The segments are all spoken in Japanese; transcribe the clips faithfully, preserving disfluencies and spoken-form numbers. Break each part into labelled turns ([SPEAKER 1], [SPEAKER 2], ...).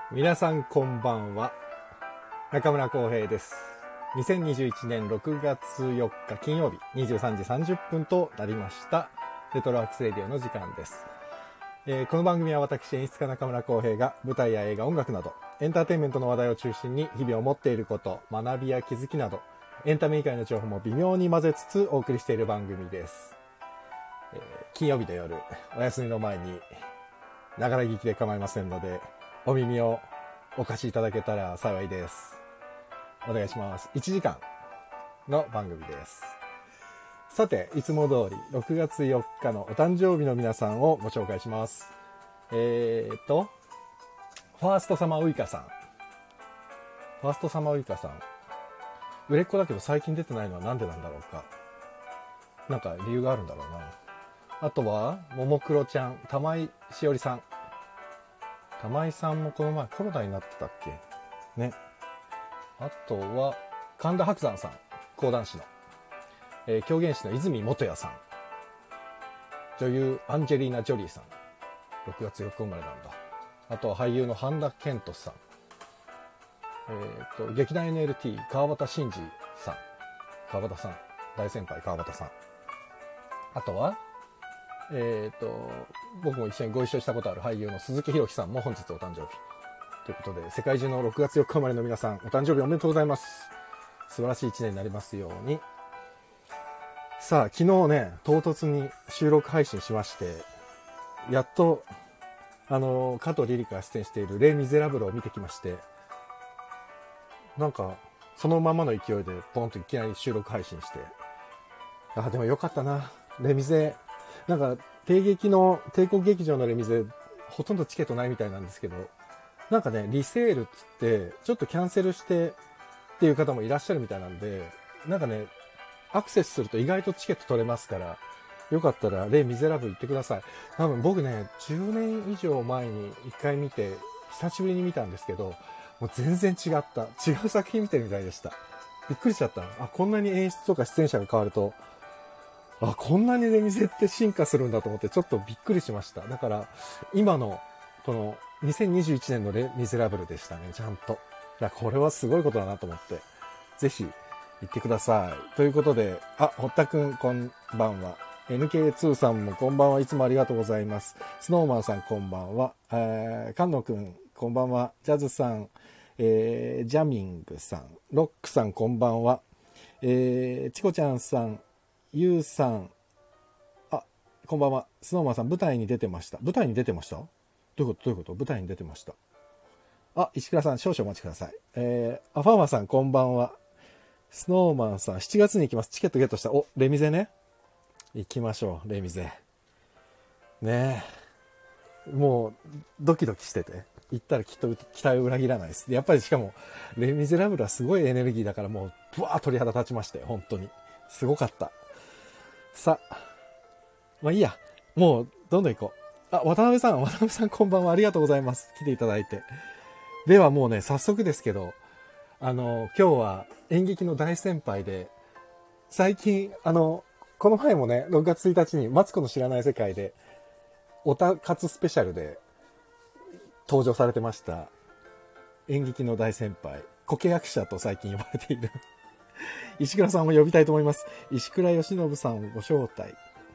[SPEAKER 1] 皆さんこんばんは。中村浩平です。にせんにじゅういちねんろくがつよっか金曜日にじゅうさんじさんじゅっぷんとなりましたレトロワークスレディオの時間です。えー、この番組は私演出家中村浩平が舞台や映画、音楽などエンターテインメントの話題を中心に日々思っていること、学びや気づきなどエンタメ以外の情報も微妙に混ぜつつお送りしている番組です。えー、金曜日の夜お休みの前にながら聞きで構いませんのでお耳をお貸しいただけたら幸いです。お願いします。いちじかんの番組です。さて、いつも通りろくがつよっかのお誕生日の皆さんをご紹介します。えーと、ファーストサマーウイカさん。ファーストサマーウイカさん。売れっ子だけど最近出てないのはなんでなんだろうか。なんか理由があるんだろうな。あとは、ももクロちゃん、玉井しおりさん。玉井さんもこの前コロナになってたっけね。あとは神田伯山さん、講談師の、えー、狂言師の泉元也さん、女優アンジェリーナ・ジョリーさん、ろくがつよっか生まれなんだ。あとは俳優の半田健人さん、えー、と劇団 エヌエルティー 川端真嗣さん、川端さん、大先輩川端さん。あとはえー、と僕も一緒にご一緒したことある俳優の鈴木宏樹さんも本日お誕生日ということで、世界中のろくがつよっか生まれの皆さんお誕生日おめでとうございます。素晴らしい一年になりますように。さあ、昨日ね唐突に収録配信しまして、やっとあの加藤リリカが出演しているレイ・ミゼラブルを見てきまして、なんかそのままの勢いでポンといきなり収録配信して、あでもよかったな。レミゼなんか帝劇の帝国劇場のレミゼほとんどチケットないみたいなんですけど、なんかねリセールっつってちょっとキャンセルしてっていう方もいらっしゃるみたいなんで、なんかねアクセスすると意外とチケット取れますから、よかったらレイ・ミゼラブル行ってください。多分僕ねじゅうねん以上前にいっかい見て久しぶりに見たんですけど、もう全然違った違う作品見てるみたいでした。びっくりしちゃった。あ、こんなに演出とか出演者が変わると、あ、こんなにレミゼって進化するんだと思ってちょっとびっくりしました。だから今のこのにせんにじゅういちねんのレミゼラブルでしたね、ちゃんと。いや、これはすごいことだなと思って、ぜひ行ってください。ということで、あ、堀田くんこんばんは。エヌケーツー さんもこんばんは。いつもありがとうございます。スノーマンさんこんばんは。えー、菅野くんこんばんは。ジャズさん、えー、ジャミングさん、ロックさんこんばんは。えー、チコちゃんさん、ゆうさん、あ、こんばんは。スノーマンさん、舞台に出てました。舞台に出てました？どういうことどういうこと舞台に出てました。あ、石倉さん、少々お待ちください。えー、アファーマさん、こんばんは。スノーマンさん、しちがつに行きます。チケットゲットした。お、レミゼね。行きましょう、レミゼ。ねえ。もう、ドキドキしてて。行ったらきっと期待を裏切らないです。やっぱりしかも、レミゼラブルはすごいエネルギーだから、もう、ブワー鳥肌立ちまして、本当に。すごかった。さあ、まあいいや。もう、どんどん行こう。あ、渡辺さん、渡辺さんこんばんは。ありがとうございます。来ていただいて。ではもうね、早速ですけど、あの、今日は演劇の大先輩で、最近、あの、この前もね、ろくがつついたちに、マツコの知らない世界で、オタ活スペシャルで登場されてました、演劇の大先輩、コケ役者と最近呼ばれている、石倉さんを呼びたいと思います。石倉義信さんをご招待。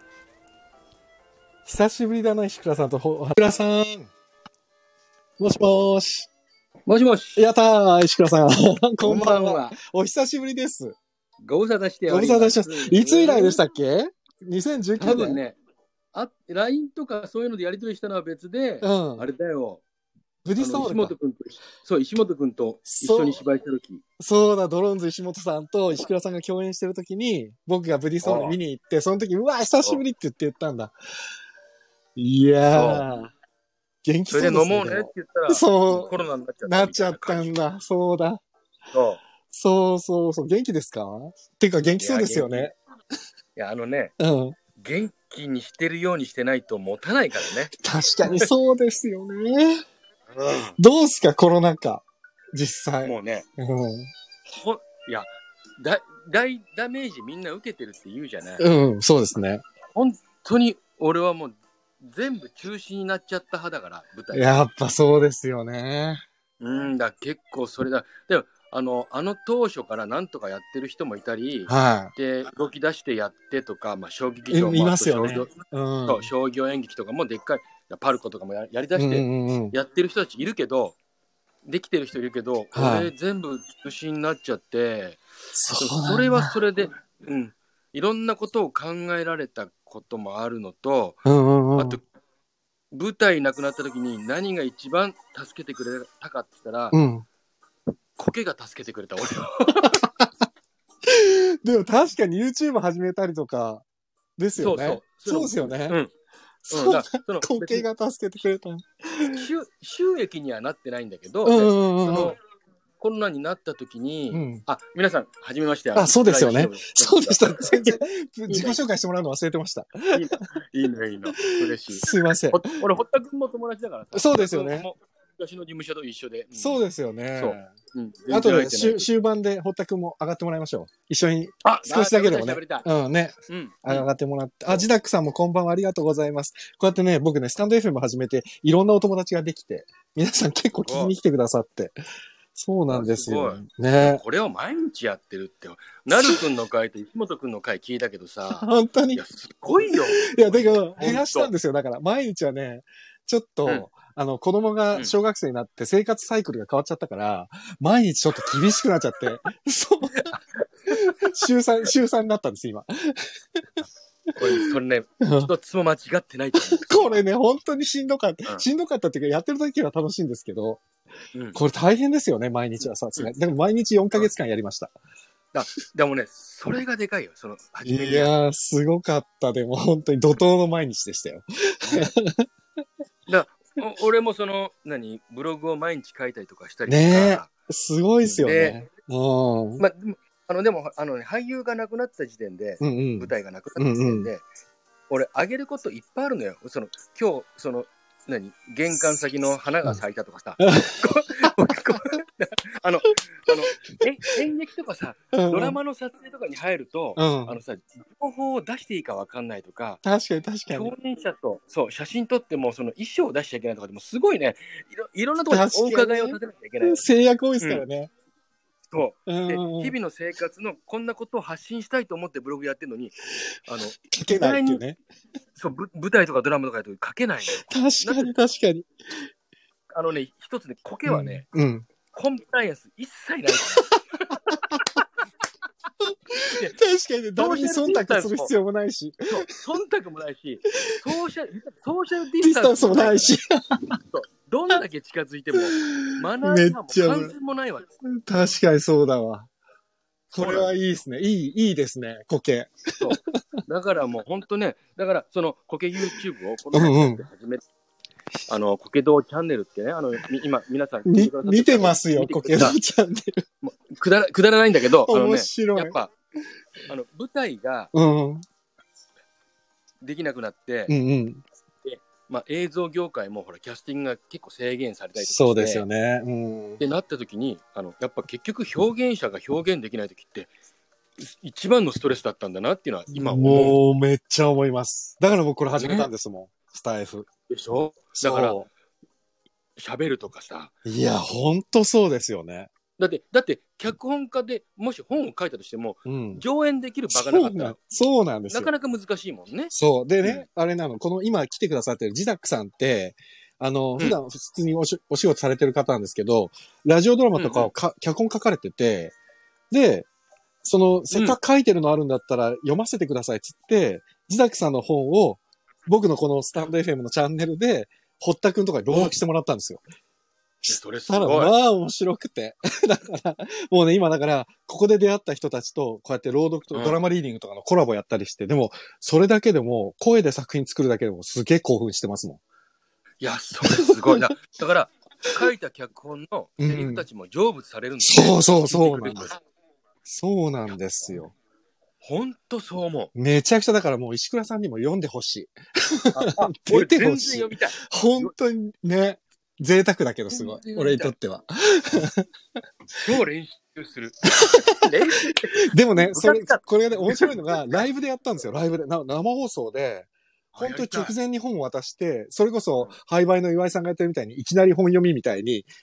[SPEAKER 1] 久しぶりだな、石倉さんと。石倉さん。もしもーし。
[SPEAKER 2] もしもし。
[SPEAKER 1] やったー、石倉さん。
[SPEAKER 2] こんばんは。
[SPEAKER 1] お久しぶりです。
[SPEAKER 2] ご無沙汰しております。
[SPEAKER 1] ご無沙汰してます。いつ以来でしたっけ ?にせんじゅうきゅうねん。
[SPEAKER 2] 多分ね、あ、ライン とかそういうのでやり取りしたのは別で、うん、あれだよ。
[SPEAKER 1] ブディストールか。
[SPEAKER 2] 石本くんと、そう、石本くんと一緒に芝居したとき。
[SPEAKER 1] そうだ、ドローンズ石本さんと石倉さんが共演してるときに、僕がブディストール見に行って、その時、うわ、久しぶりって言って言ったんだ。いやー。元気そうですね。
[SPEAKER 2] それで飲もうねって言ったら、そう。コロナになっちゃった。
[SPEAKER 1] なっちゃったんだ。そうだ。そう。そうそうそう。元気ですか？っていうか元気そうですよね。
[SPEAKER 2] いや、あのね、うん。元気にしてるようにしてないと持たないからね。
[SPEAKER 1] 確かにそうですよね。うん、どうすか、コロナ禍。実際。
[SPEAKER 2] もうね。
[SPEAKER 1] うん。
[SPEAKER 2] ほ、いや、だ、大ダメージみんな受けてるって言うじゃない。
[SPEAKER 1] うん、そうですね。
[SPEAKER 2] 本当に俺はもう、全部中止になっちゃった派だから、舞台。
[SPEAKER 1] やっぱそうですよね。
[SPEAKER 2] うんだ、結構それだ。でも、あの、あの当初からなんとかやってる人もいたり、
[SPEAKER 1] は
[SPEAKER 2] で、動き出してやってとか、まあ、小劇
[SPEAKER 1] い。
[SPEAKER 2] 場も、
[SPEAKER 1] いますよね。
[SPEAKER 2] あと商業、
[SPEAKER 1] うん。
[SPEAKER 2] そう商業演劇とかもでっかい、パルコとかもややりだ
[SPEAKER 1] うんう
[SPEAKER 2] して
[SPEAKER 1] んうん。
[SPEAKER 2] やってる人たちいるけど、できてる人いるけど、
[SPEAKER 1] はい
[SPEAKER 2] 俺全部中止になっちゃって、
[SPEAKER 1] そうなんだ。
[SPEAKER 2] それはそれで、うん、いろんなことを考えられたこともあるのと、
[SPEAKER 1] うんうんうん。
[SPEAKER 2] あと、舞台なくなった時に何が一番助けてくれたかって言ったら、
[SPEAKER 1] うん。
[SPEAKER 2] 苔が助けてくれた、俺は。
[SPEAKER 1] でも確かに YouTube 始めたりとか、ですよね。
[SPEAKER 2] そうそう。
[SPEAKER 1] そうですよね。
[SPEAKER 2] うん。
[SPEAKER 1] そううん
[SPEAKER 2] だからその
[SPEAKER 1] 苔が助けてくれた。
[SPEAKER 2] 収収益にはなってないんだけど、
[SPEAKER 1] うん
[SPEAKER 2] で
[SPEAKER 1] うんうんうん
[SPEAKER 2] そのコロナになった時に、
[SPEAKER 1] うん
[SPEAKER 2] あ、皆さん、はじめまして。
[SPEAKER 1] あ、そうですよね。そうでした。
[SPEAKER 2] い
[SPEAKER 1] 全然、自己紹介してもらうの忘れてました。
[SPEAKER 2] いの、いいの。嬉しい。
[SPEAKER 1] すいません。
[SPEAKER 2] ほ俺、堀田君も友達だからさ。
[SPEAKER 1] そうですよね
[SPEAKER 2] 堀田君も昔の事務所と一緒で。
[SPEAKER 1] そうですよね。
[SPEAKER 2] そう。うん。
[SPEAKER 1] あとで
[SPEAKER 2] 全然会えてない
[SPEAKER 1] 終終盤で堀田くんも上がってもらいましょう。一緒に
[SPEAKER 2] あ、
[SPEAKER 1] 少しだけでもね
[SPEAKER 2] 喋りたい。
[SPEAKER 1] うんね、
[SPEAKER 2] うん。
[SPEAKER 1] 上がってもらって。あ、ジダックさんもこんばんはありがとうございます。こうやってね、僕ね、スタンド エフエム 始めて、いろんなお友達ができて、皆さん結構聞きに来てくださって。そうなんですよ。ね。
[SPEAKER 2] これを毎日やってるって、なるくんの回と石本くんの回聞いたけどさ、
[SPEAKER 1] 本当に。
[SPEAKER 2] いや、すごいよ。
[SPEAKER 1] いや、だから減らしたんですよ。だから、毎日はね、ちょっと、
[SPEAKER 2] うん
[SPEAKER 1] あの、子供が小学生になって生活サイクルが変わっちゃったから、毎日ちょっと厳しくなっちゃって、そう。週さん、週さんになったんです、今。
[SPEAKER 2] これ、それね、一つも間違ってないと思う。
[SPEAKER 1] これね、本当にしんどかった。
[SPEAKER 2] うん
[SPEAKER 1] しんどかったっていうか、やってる時は楽しいんですけど、
[SPEAKER 2] うん
[SPEAKER 1] これ大変ですよね、毎日はさすがに。でも毎日よんかげつかんやりました。
[SPEAKER 2] でもね、それがでかいよ、その、初め
[SPEAKER 1] い
[SPEAKER 2] にや
[SPEAKER 1] やー、すごかった。でも本当に怒涛の毎日でしたよ。
[SPEAKER 2] だお俺もその、何、ブログを毎日書いたりとかしたりとか。
[SPEAKER 1] ねすごいですよね。うん。
[SPEAKER 2] まあ、でも、あの、でも、あのね、俳優が亡くなった時点で、
[SPEAKER 1] うんうん
[SPEAKER 2] 舞台がなくなった時点で、俺、あげることいっぱいあるのよ。その、今日、その、何、玄関先の花が咲いたとかさ、こここあの、あの、え演劇とかさ、ドラマの撮影とかに入ると、
[SPEAKER 1] うん
[SPEAKER 2] あのさ、情報を出していいかわかんないとか、
[SPEAKER 1] 確かに確かに。
[SPEAKER 2] 共演者と、そう、写真撮っても、その衣装を出しちゃいけないとかでも、すごいね、いろいろんなところにお伺いを立てなきゃいけない。
[SPEAKER 1] 制約多いですからね。
[SPEAKER 2] そう。
[SPEAKER 1] うん
[SPEAKER 2] で、日々の生活のこんなことを発信したいと思ってブログやってるのに、あの、
[SPEAKER 1] 書けないっていうね。
[SPEAKER 2] そう、ぶ舞台とかドラマとかやと書けないの。
[SPEAKER 1] 確かに確かに。
[SPEAKER 2] あのね、一つね、コケはね、
[SPEAKER 1] うん。うん
[SPEAKER 2] コンプライアンス一切ないか
[SPEAKER 1] 確かにね、誰に忖度する必要もないし。
[SPEAKER 2] そう、忖度もないし、ソーシャル、ソーシャルデ
[SPEAKER 1] ディスタンス
[SPEAKER 2] ィスタンス
[SPEAKER 1] もないし。
[SPEAKER 2] そうどんだけ近づいても、マナ
[SPEAKER 1] めっ
[SPEAKER 2] ーも
[SPEAKER 1] ちゃ
[SPEAKER 2] 感染もないわけ。
[SPEAKER 1] 確かにそうだわ。これはいいですね。いい、いいですね、コケ。
[SPEAKER 2] そう。だからもう本当ね、だからそのコケ YouTube をこの前で始めて、あの、コケ道チャンネルってね、あの、み今、皆さん
[SPEAKER 1] み見てますよ、コケ道
[SPEAKER 2] 道
[SPEAKER 1] チャンネル。
[SPEAKER 2] くだら、くだらないんだけど、あのね、
[SPEAKER 1] 面白い
[SPEAKER 2] やっぱ、あの、舞台が
[SPEAKER 1] うん。
[SPEAKER 2] できなくなって、
[SPEAKER 1] うんうん。
[SPEAKER 2] まあ映像業界もほら、キャスティングが結構制限されたりとかして、
[SPEAKER 1] そうですよね。うん。
[SPEAKER 2] ってなった時に、あの、やっぱ結局表現者が表現できない時って、一番のストレスだったんだなっていうのは今思う。
[SPEAKER 1] もうめっちゃ思います。だから僕これ始めたんですもん。スタイフ。
[SPEAKER 2] でしょだから
[SPEAKER 1] そ、
[SPEAKER 2] 喋るとかさ。
[SPEAKER 1] ういや、ほんとそうですよね。
[SPEAKER 2] だって、だって、脚本家でもし本を書いたとしても、
[SPEAKER 1] うん。
[SPEAKER 2] 上演できる場
[SPEAKER 1] そう
[SPEAKER 2] がなかったら
[SPEAKER 1] なん、そうなんですよ。
[SPEAKER 2] なかなか難しいもんね。
[SPEAKER 1] そう。でね、あれなの、この今来てくださってるジダックさんって、あの、
[SPEAKER 2] ん
[SPEAKER 1] 普段普通におし,、お仕事されてる方なんですけど、ラジオドラマとかをか、脚本書かれてて、で、その、せっかく書いてるのあるんだったら読ませてくださいっつって、ジダックさんの本を、僕のこのスタンド エフエム のチャンネルで、堀田くんとかに朗読してもらったんですよ。
[SPEAKER 2] それす
[SPEAKER 1] ただ、
[SPEAKER 2] ごい。
[SPEAKER 1] まあ面白くて。だから、もうね、今だから、ここで出会った人たちと、こうやって朗読と
[SPEAKER 2] うん
[SPEAKER 1] ドラマリーディングとかのコラボやったりして、でも、それだけでも、声で作品作るだけでもすげえ興奮してますもん。
[SPEAKER 2] いや、それすごいな。だから、書いた脚本のセリフたちも成仏されるんですよ、
[SPEAKER 1] そうそうそうなんです。そうなんですよ。
[SPEAKER 2] ほんとそう思う。
[SPEAKER 1] めちゃくちゃだからもう石倉さんにも読んでほしい。
[SPEAKER 2] ああ
[SPEAKER 1] 出て
[SPEAKER 2] 俺全然
[SPEAKER 1] ほしい
[SPEAKER 2] 読みたい。
[SPEAKER 1] 本当にね、贅沢だけどすごい。
[SPEAKER 2] 全然
[SPEAKER 1] 俺にとっては。
[SPEAKER 2] 超練習する。練習って
[SPEAKER 1] でもね、それ
[SPEAKER 2] 部活か、
[SPEAKER 1] これがね、面白いのが、ライブでやったんですよ、ライブで。な生放送で、本当に直前に本を渡して、それこそ、廃売の岩井さんがやってるみたいに、いきなり本読みみたいに、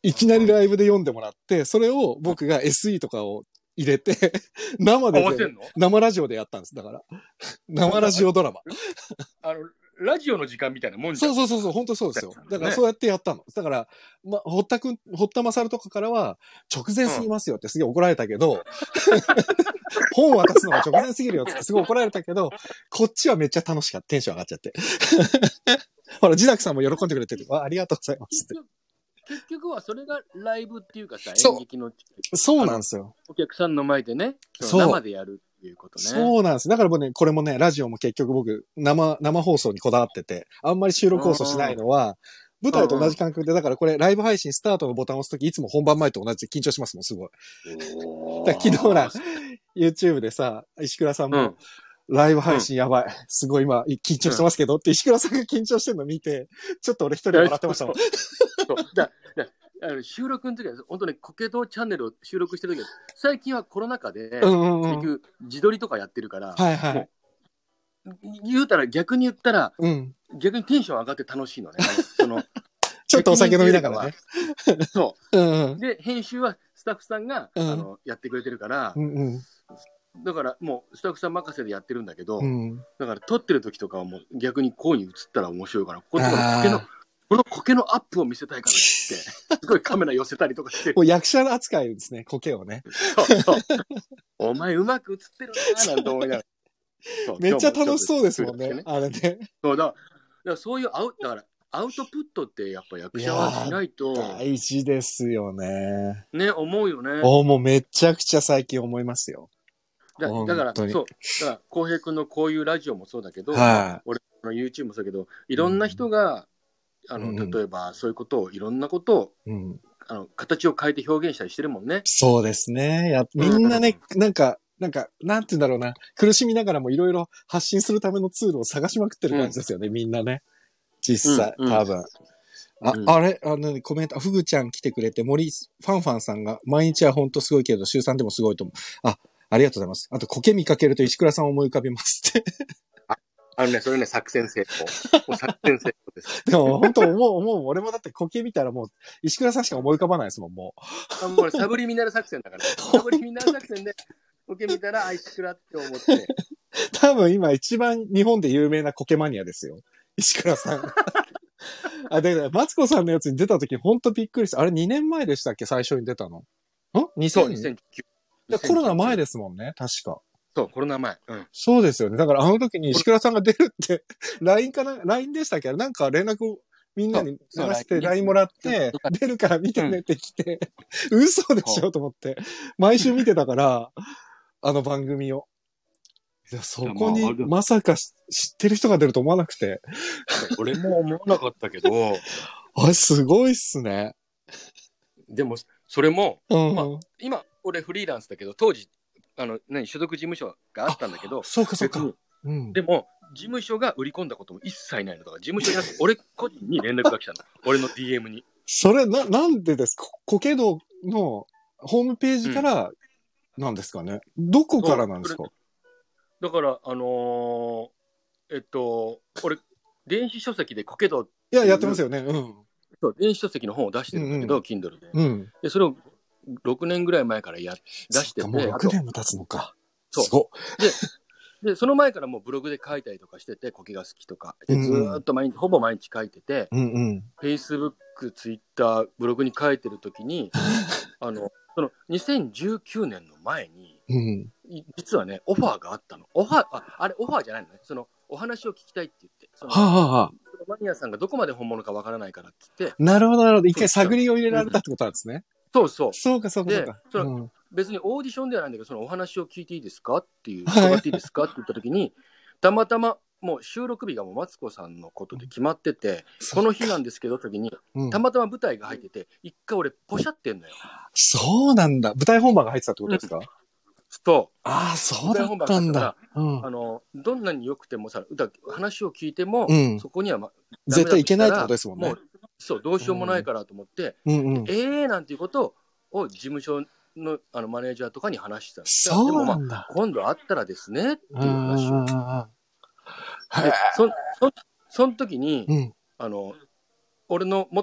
[SPEAKER 1] いきなりライブで読んでもらって、それを僕が エスイー とかを入れて、生で、
[SPEAKER 2] 合わせんの？
[SPEAKER 1] 生ラジオでやったんです。だから。生ラジオドラマ。
[SPEAKER 2] あの、ラジオの時間みたいなもんじゃん。
[SPEAKER 1] そうそうそうそう、本当そうですよ。だからそうやってやったの。だから、ま、堀田くん、堀田勝とかからは、直前すぎますよってすげえ怒られたけど、うん、本渡すのが直前すぎるよってすごい怒られたけど、こっちはめっちゃ楽しかった。テンション上がっちゃって。ほら、ジダクさんも喜んでくれてる。あ、ありがとうございますって。
[SPEAKER 2] 結局はそれがライブっていうかさ、演劇の。
[SPEAKER 1] そうなんですよ。
[SPEAKER 2] お客さんの前でね、生でやるっていうことね。
[SPEAKER 1] そうなんです。だからもうね、これもね、ラジオも結局僕、生、生放送にこだわってて、あんまり収録放送しないのは、舞台と同じ感覚で、だからこれライブ配信スタートのボタンを押すとき、いつも本番前と同じで緊張しますもん、すごい。だから昨日ほら、YouTube でさ、石倉さんも、うんライブ配信やばい。すごい今、緊張してますけど、うん、って石倉さんが緊張してるの見て、ちょっと俺一人で笑ってましたもん。
[SPEAKER 2] そうだだあの収録の時は、本当にコケドチャンネルを収録してる時は、最近はコロナ禍で、うんうんうん、結局自撮りとかやってるから、はいはい、もう言うたら、逆に言ったら、うん、逆にテンション上がって楽しいのね。その
[SPEAKER 1] ちょっとお酒飲みながらね。
[SPEAKER 2] そう、うんうん。で、編集はスタッフさんが、うん、あのやってくれてるから、うんうんだからもうスタッフさん任せでやってるんだけど、うん、だから撮ってる時とかはもう逆にこうに映ったら面白いから、ここの苔の、この苔のアップを見せたいからって、すごいカメラ寄せたりとかして。
[SPEAKER 1] もう役者の扱いですね、苔をね。
[SPEAKER 2] そうそう。お前うまく映ってるなーなんて思いなが
[SPEAKER 1] ら。めっちゃ楽しそうですもんね、あれね。
[SPEAKER 2] そうだ。だからそういうアウだからアウトプットってやっぱ役者はしないと。
[SPEAKER 1] 大事ですよね。
[SPEAKER 2] ね、思うよね。
[SPEAKER 1] おもうめちゃくちゃ最近思いますよ。
[SPEAKER 2] だ, だからそうだから浩平君のこういうラジオもそうだけど、はいまあ、俺の YouTube もそうだけどいろんな人が、うん、あの例えばそういうことをいろんなことを、うん、あの形を変えて表現したりしてるもんね。
[SPEAKER 1] そうですね。やみんなね、うん、なんかなんかなんて言うんだろうな苦しみながらもいろいろ発信するためのツールを探しまくってる感じですよね、うん、みんなね実際、うん、多分。あ、うん、あれあの、コメント、ふぐちゃん来てくれて、森ファンファンさんが、毎日はほんとすごいけど、週さんでもすごいと思う。あ、ありがとうございます。あと、苔見かけると石倉さんを思い浮かびますって。
[SPEAKER 2] あ、あのね、それね、作戦成功。もう作戦成功です。
[SPEAKER 1] でも、本当思う、思う。俺もだって苔見たらもう、石倉さんしか思い浮かばないですもん、も
[SPEAKER 2] う。あもうサブリミナル作戦だから。サブリミナル作戦で、苔見たら、あ、石倉って思って。
[SPEAKER 1] 多分今一番日本で有名な苔マニアですよ。石倉さん。あ、で、マツコさんのやつに出た時、ほんとびっくりした。あれにねんまえでしたっけ最初に出たの。ん ?にせん
[SPEAKER 2] そう、にせんきゅ
[SPEAKER 1] う。コロナ前ですもんね、確か。
[SPEAKER 2] そう、コロナ前。うん。
[SPEAKER 1] そうですよね。だからあの時に石倉さんが出るって、ライン かな ?ライン でしたっけなんか連絡をみんなに流して ライン もらって、出るから見てねって来て、うん、嘘でしょと思って、毎週見てたから、あの番組を。いやそこにまさか知ってる人が出ると思わなくて。
[SPEAKER 2] 俺も思わなかったけど。
[SPEAKER 1] あれすごいっすね。
[SPEAKER 2] でも、それも、うんまあ、今、俺フリーランスだけど、当時、あの、何、所属事務所があったんだけど、
[SPEAKER 1] そうかそうか。うん、
[SPEAKER 2] でも、事務所が売り込んだことも一切ないのだから、事務所じゃなくて、俺個人に連絡が来たの。俺の ディーエム に。
[SPEAKER 1] それ、な、なんでですかコケドのホームページからなんですかね、うん、どこからなんですか
[SPEAKER 2] だから、あのー、えっと、俺、電子書籍でコケドって
[SPEAKER 1] いや、やってますよね。うん。
[SPEAKER 2] そう、電子書籍の本を出してるんだけど、うんうん、Kindle で、
[SPEAKER 1] うん。
[SPEAKER 2] で、それをろくねんぐらい前からや出してて。
[SPEAKER 1] もうろくねんも経つのか。
[SPEAKER 2] そう。
[SPEAKER 1] すご
[SPEAKER 2] で、で、その前からもうブログで書いたりとかしてて、コケが好きとか。で、ずーっと毎日、うんうん、ほぼ毎日書いてて、
[SPEAKER 1] うんうん、
[SPEAKER 2] Facebook、Twitter、ブログに書いてるときに、あの、そのにせんじゅうきゅうねんの前に、
[SPEAKER 1] うん、
[SPEAKER 2] 実はね、オファーがあったの。オファー、あ、あれオファーじゃないのね。その、お話を聞きたいって言って。その
[SPEAKER 1] はあはあ、
[SPEAKER 2] マニアさんがどこまで本物かわからないからって言って。
[SPEAKER 1] なるほど、なるほど。一回探りを入れられたってことなんですね。
[SPEAKER 2] そうそう。
[SPEAKER 1] そうか、そうか、そうか。
[SPEAKER 2] その、うん、別にオーディションではないんだけど、そのお話を聞いていいですかっていう、伺っていいですかって言ったときに、たまたま、もう収録日がもうマツコさんのことで決まってて、この日なんですけど、時に、たまたま舞台が入ってて、一回俺、ポシャってんのよ。
[SPEAKER 1] そうなんだ。舞台本番が入ってたってことですか、うん、
[SPEAKER 2] そう。
[SPEAKER 1] ああ、そうだったんだ。
[SPEAKER 2] うん、あの、どんなに良くてもさ、話を聞いても、うん、そこには、ま、
[SPEAKER 1] 絶対いけないってことですもんね。もう
[SPEAKER 2] そう、どうしようもないからと思って、うんうんうん、ええーなんていうことを事務所の、あのマネージャーとかに話してたんですよ。
[SPEAKER 1] そうなんだ。
[SPEAKER 2] でもまあ、今度会ったらですねっていう話を。で、そ、そ、その時に、うん、あの、俺のもっと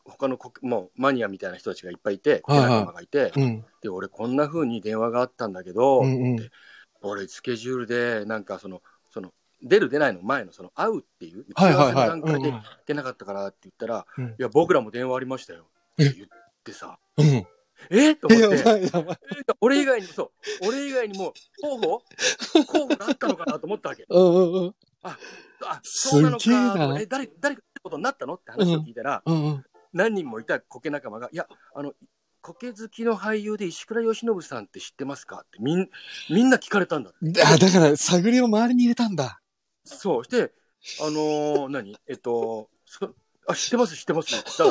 [SPEAKER 2] 他のこもうマニアみたいな人たちがいっぱいいて、
[SPEAKER 1] はいはい
[SPEAKER 2] 仲間がいて、
[SPEAKER 1] うん。
[SPEAKER 2] で、俺こんな風に電話があったんだけど、
[SPEAKER 1] うんうん
[SPEAKER 2] って俺スケジュールで、なんかその、その、出る出ないの前のその会うっていう打ち合わせの段階で行けなかったからって言ったら、
[SPEAKER 1] うん。
[SPEAKER 2] いや、僕らも電話ありましたよって言ってさ、
[SPEAKER 1] うん。
[SPEAKER 2] えと思
[SPEAKER 1] や
[SPEAKER 2] って、
[SPEAKER 1] ばいやばい。
[SPEAKER 2] 俺以外にも、そう、俺以外にも候補候補があったのかなと思ったわけ。
[SPEAKER 1] うんうんうん。
[SPEAKER 2] あ、あ、そうなの
[SPEAKER 1] すげえ
[SPEAKER 2] か
[SPEAKER 1] な。
[SPEAKER 2] え、誰、誰かってことになったのって話を聞いたら、
[SPEAKER 1] うんうん。
[SPEAKER 2] 何人もいたコケ仲間が、いや、あの、コケ好きの俳優で石倉由伸さんって知ってますかってみんみんな聞かれたんだって。
[SPEAKER 1] あ、だから探りを周りに入れたんだ。
[SPEAKER 2] そう。して、あのー、何えっと、そあ、知ってます、知ってます。だから、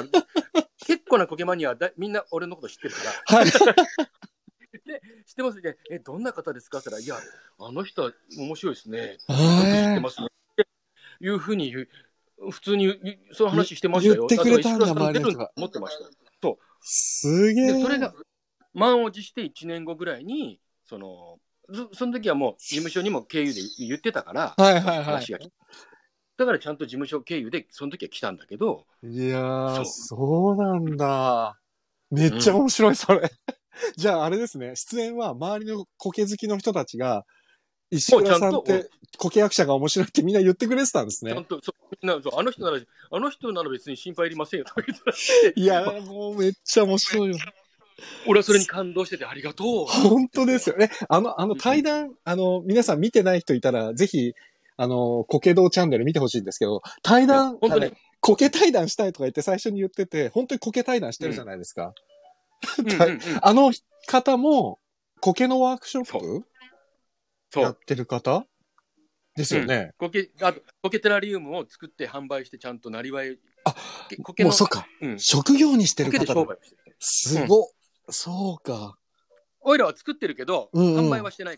[SPEAKER 2] 結構なコケマニアはだみんな俺のこと知ってるから。
[SPEAKER 1] はい。
[SPEAKER 2] で、知ってますね。え、どんな方ですかって言ったら、いや、あの人は面白いですね。よく知ってますね。っていうふうに言う。普通にその話してましたよ。
[SPEAKER 1] 言ってくれたんだ、
[SPEAKER 2] あと石倉さん出る
[SPEAKER 1] 周りの人が。
[SPEAKER 2] 思ってました。そう。
[SPEAKER 1] すげえ。
[SPEAKER 2] で、それが満を持していちねんごぐらいに、その、そ, その時はもう事務所にも経由で言ってたから、
[SPEAKER 1] はいはいはい。
[SPEAKER 2] 話が来だからちゃんと事務所経由でその時は来たんだけど。
[SPEAKER 1] いやー、そう、そうなんだ。めっちゃ面白い、それ。うん、じゃああれですね、出演は周りの苔好きの人たちが、石倉さんって苔役者が面白いってみんな言ってくれてたんですね。
[SPEAKER 2] ちゃんと、そう、なそうあの人なら、あの人なら別に心配いりませんよとか言って
[SPEAKER 1] いやー、もうめっちゃ面白いよ。
[SPEAKER 2] 俺はそれに感動しててありがとう。
[SPEAKER 1] 本当ですよね。あの、あの対談、うん、あの、皆さん見てない人いたら、ぜひ、あの、苔道チャンネル見てほしいんですけど、対談、
[SPEAKER 2] 本当に
[SPEAKER 1] 苔対談したいとか言って最初に言ってて、本当に苔対談してるじゃないですか。うんうんうん、あの方も、苔のワークショップやってる方ですよね。
[SPEAKER 2] うん、苔、あと、苔テラリウムを作って販売してちゃんとなりわい。
[SPEAKER 1] あ、苔のもうそっか、うん。職業にしてる方だ。
[SPEAKER 2] 苔で商売してる。
[SPEAKER 1] すごっ、うん。そうか。
[SPEAKER 2] おいらは作ってるけど、うんうん、販売はしてないから。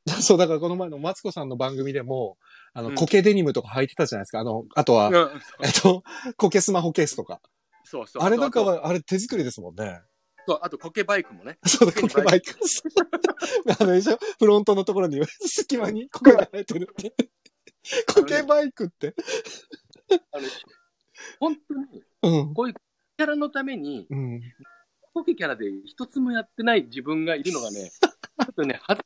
[SPEAKER 1] そう、だからこの前のマツコさんの番組でも、あの、苔デニムとか履いてたじゃないですか。あの、あとは、うん、えっと、苔スマホケースとか。
[SPEAKER 2] そうそう。
[SPEAKER 1] あれとかは、あれ手作りですもんね。
[SPEAKER 2] そう、あと苔バイクもね。
[SPEAKER 1] そうだ、苔バイク。あのでしょ、フロントのところに隙間に苔が生えてるって。苔バイクって。
[SPEAKER 2] あの、本当に、うん、こういうキャラのために、うん、苔キャラで一つもやってない自分がいるのがね、ちょっとね、はず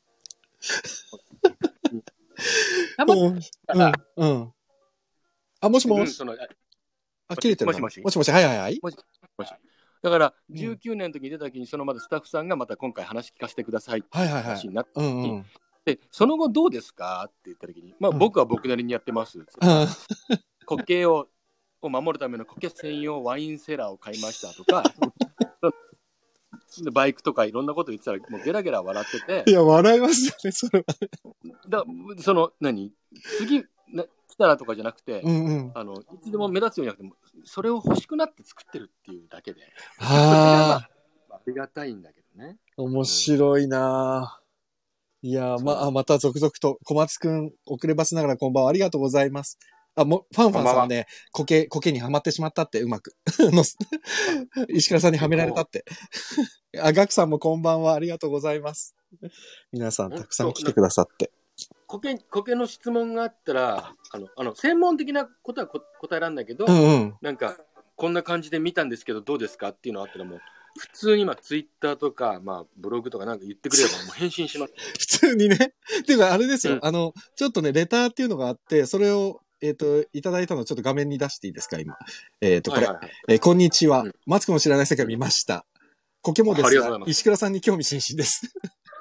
[SPEAKER 2] たまに、
[SPEAKER 1] うん、うん。あ、もしもし。うん、あ、切れてる。
[SPEAKER 2] もしもし。
[SPEAKER 1] もしもし、はいはいはい。
[SPEAKER 2] もしもし。だから、じゅうきゅうねんの時に出た時に、そのまだスタッフさんがまた今回話聞かせてくださいって話になって、はいはいはい、うんうん、で、その後どうですかって言った時に、まあ、うん、僕は僕なりにやってます。苔をを守るための苔専用ワインセラーを買いましたとか、バイクとかいろんなこと言ってたら、もうゲラゲラ笑ってて。
[SPEAKER 1] いや、笑いますよね、それは。
[SPEAKER 2] だその、何次、ね、来たらとかじゃなくて、
[SPEAKER 1] うんうん、
[SPEAKER 2] あの、いつでも目立つようになくても、それを欲しくなって作ってるっていうだけで。
[SPEAKER 1] あ
[SPEAKER 2] あ、ありがたいんだけどね。
[SPEAKER 1] 面白いなぁ。いや、まあ、また続々と、小松くん、遅ればせながらこんばんはありがとうございます。あ、もファンファンさんね、苔、苔にはまってしまったって、うまく。石倉さんにはめられたって。あ、ガクさんもこんばんは、ありがとうございます。皆さん、たくさん来てくださって。
[SPEAKER 2] 苔、苔の質問があったら、あの、あの、専門的なことはこ答えられないけど、
[SPEAKER 1] うんうん、
[SPEAKER 2] なんか、こんな感じで見たんですけど、どうですかっていうのがあったらもう、普通に今、ツイッターとか、まあ、ブログとかなんか言ってくれれば、もう返信します。
[SPEAKER 1] 普通にね。っていうか、あれですよ、うん。あの、ちょっとね、レターっていうのがあって、それを、えっと、いただいたのをちょっと画面に出していいですか、今。えっと、これ。はいはいはい、えー、こんにちは。うん、マツコの知らない世界見ました。苔もですが、石倉さんに興味津々です。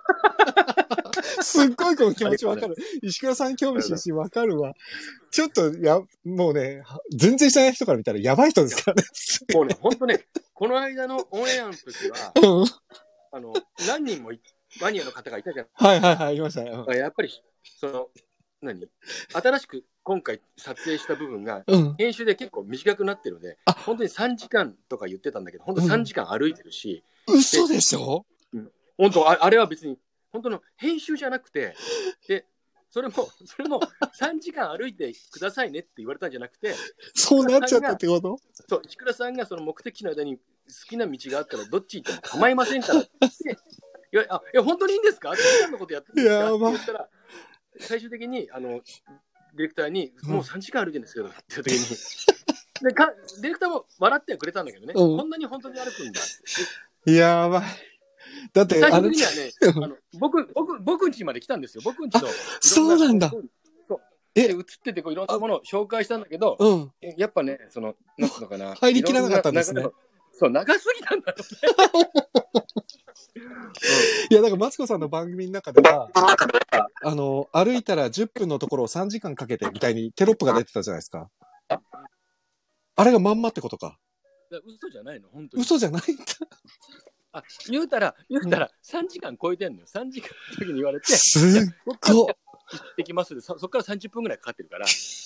[SPEAKER 1] すっごいこの気持ちわかる。石倉さん興味津々わかるわ。ちょっと、や、もうね、全然知らない人から見たらやばい人ですからね。
[SPEAKER 2] もうね、ほんとね、この間のオンエアの時は、うん、あの、何人もマニアの方がいたじゃん。
[SPEAKER 1] はいはいはい、いましたね。
[SPEAKER 2] うん、やっぱり、その、何新しく今回撮影した部分が、うん、編集で結構短くなってるので、本当にさんじかんとか言ってたんだけど、本当さんじかん歩いてるし。
[SPEAKER 1] うん、嘘でしょ？
[SPEAKER 2] うん。本当、あ、あれは別に、本当の編集じゃなくて、で、それも、それもさんじかん歩いてくださいねって言われたんじゃなくて、
[SPEAKER 1] そうなっちゃったってこと？
[SPEAKER 2] そう、石倉さんがその目的地の間に好きな道があったらどっち行っても構いませんからって言って、いや、あ、いや本当にいいんですかってのことやってるんですかって言ったら、最終的に、あの、ディレクターに、もうさんじかん歩いてるんですけど、っていう時に、 でか、ディレクターも笑ってはくれたんだけどね。
[SPEAKER 1] うん
[SPEAKER 2] こんなに本当に歩くんだって。
[SPEAKER 1] やばい。だって、
[SPEAKER 2] 最
[SPEAKER 1] あの、
[SPEAKER 2] 終的にはね、あの僕、僕、僕ん家まで来たんですよ。僕ん家の。
[SPEAKER 1] そうなんだ。
[SPEAKER 2] そう。
[SPEAKER 1] え
[SPEAKER 2] で、映っててこういろんなものを紹介したんだけど、
[SPEAKER 1] うん。
[SPEAKER 2] やっぱね、その、なんつうのかな。
[SPEAKER 1] 入りきらなかったんですね。
[SPEAKER 2] そう、長すぎたんだろうね。
[SPEAKER 1] いや、だからマツコさんの番組の中では、あの、歩いたらじゅっぷんのところをさんじかんかけてみたいにテロップが出てたじゃないですか。あれがまんまってことか。
[SPEAKER 2] 嘘じゃないの本当に。
[SPEAKER 1] 嘘じゃないんだ。
[SPEAKER 2] あ、言うたら、言うたらさんじかん超えてんのよ。さんじかんの時に言われて。
[SPEAKER 1] すっごい。
[SPEAKER 2] 行ってきますで、そこからさんじゅっぷんぐらいかかってるから。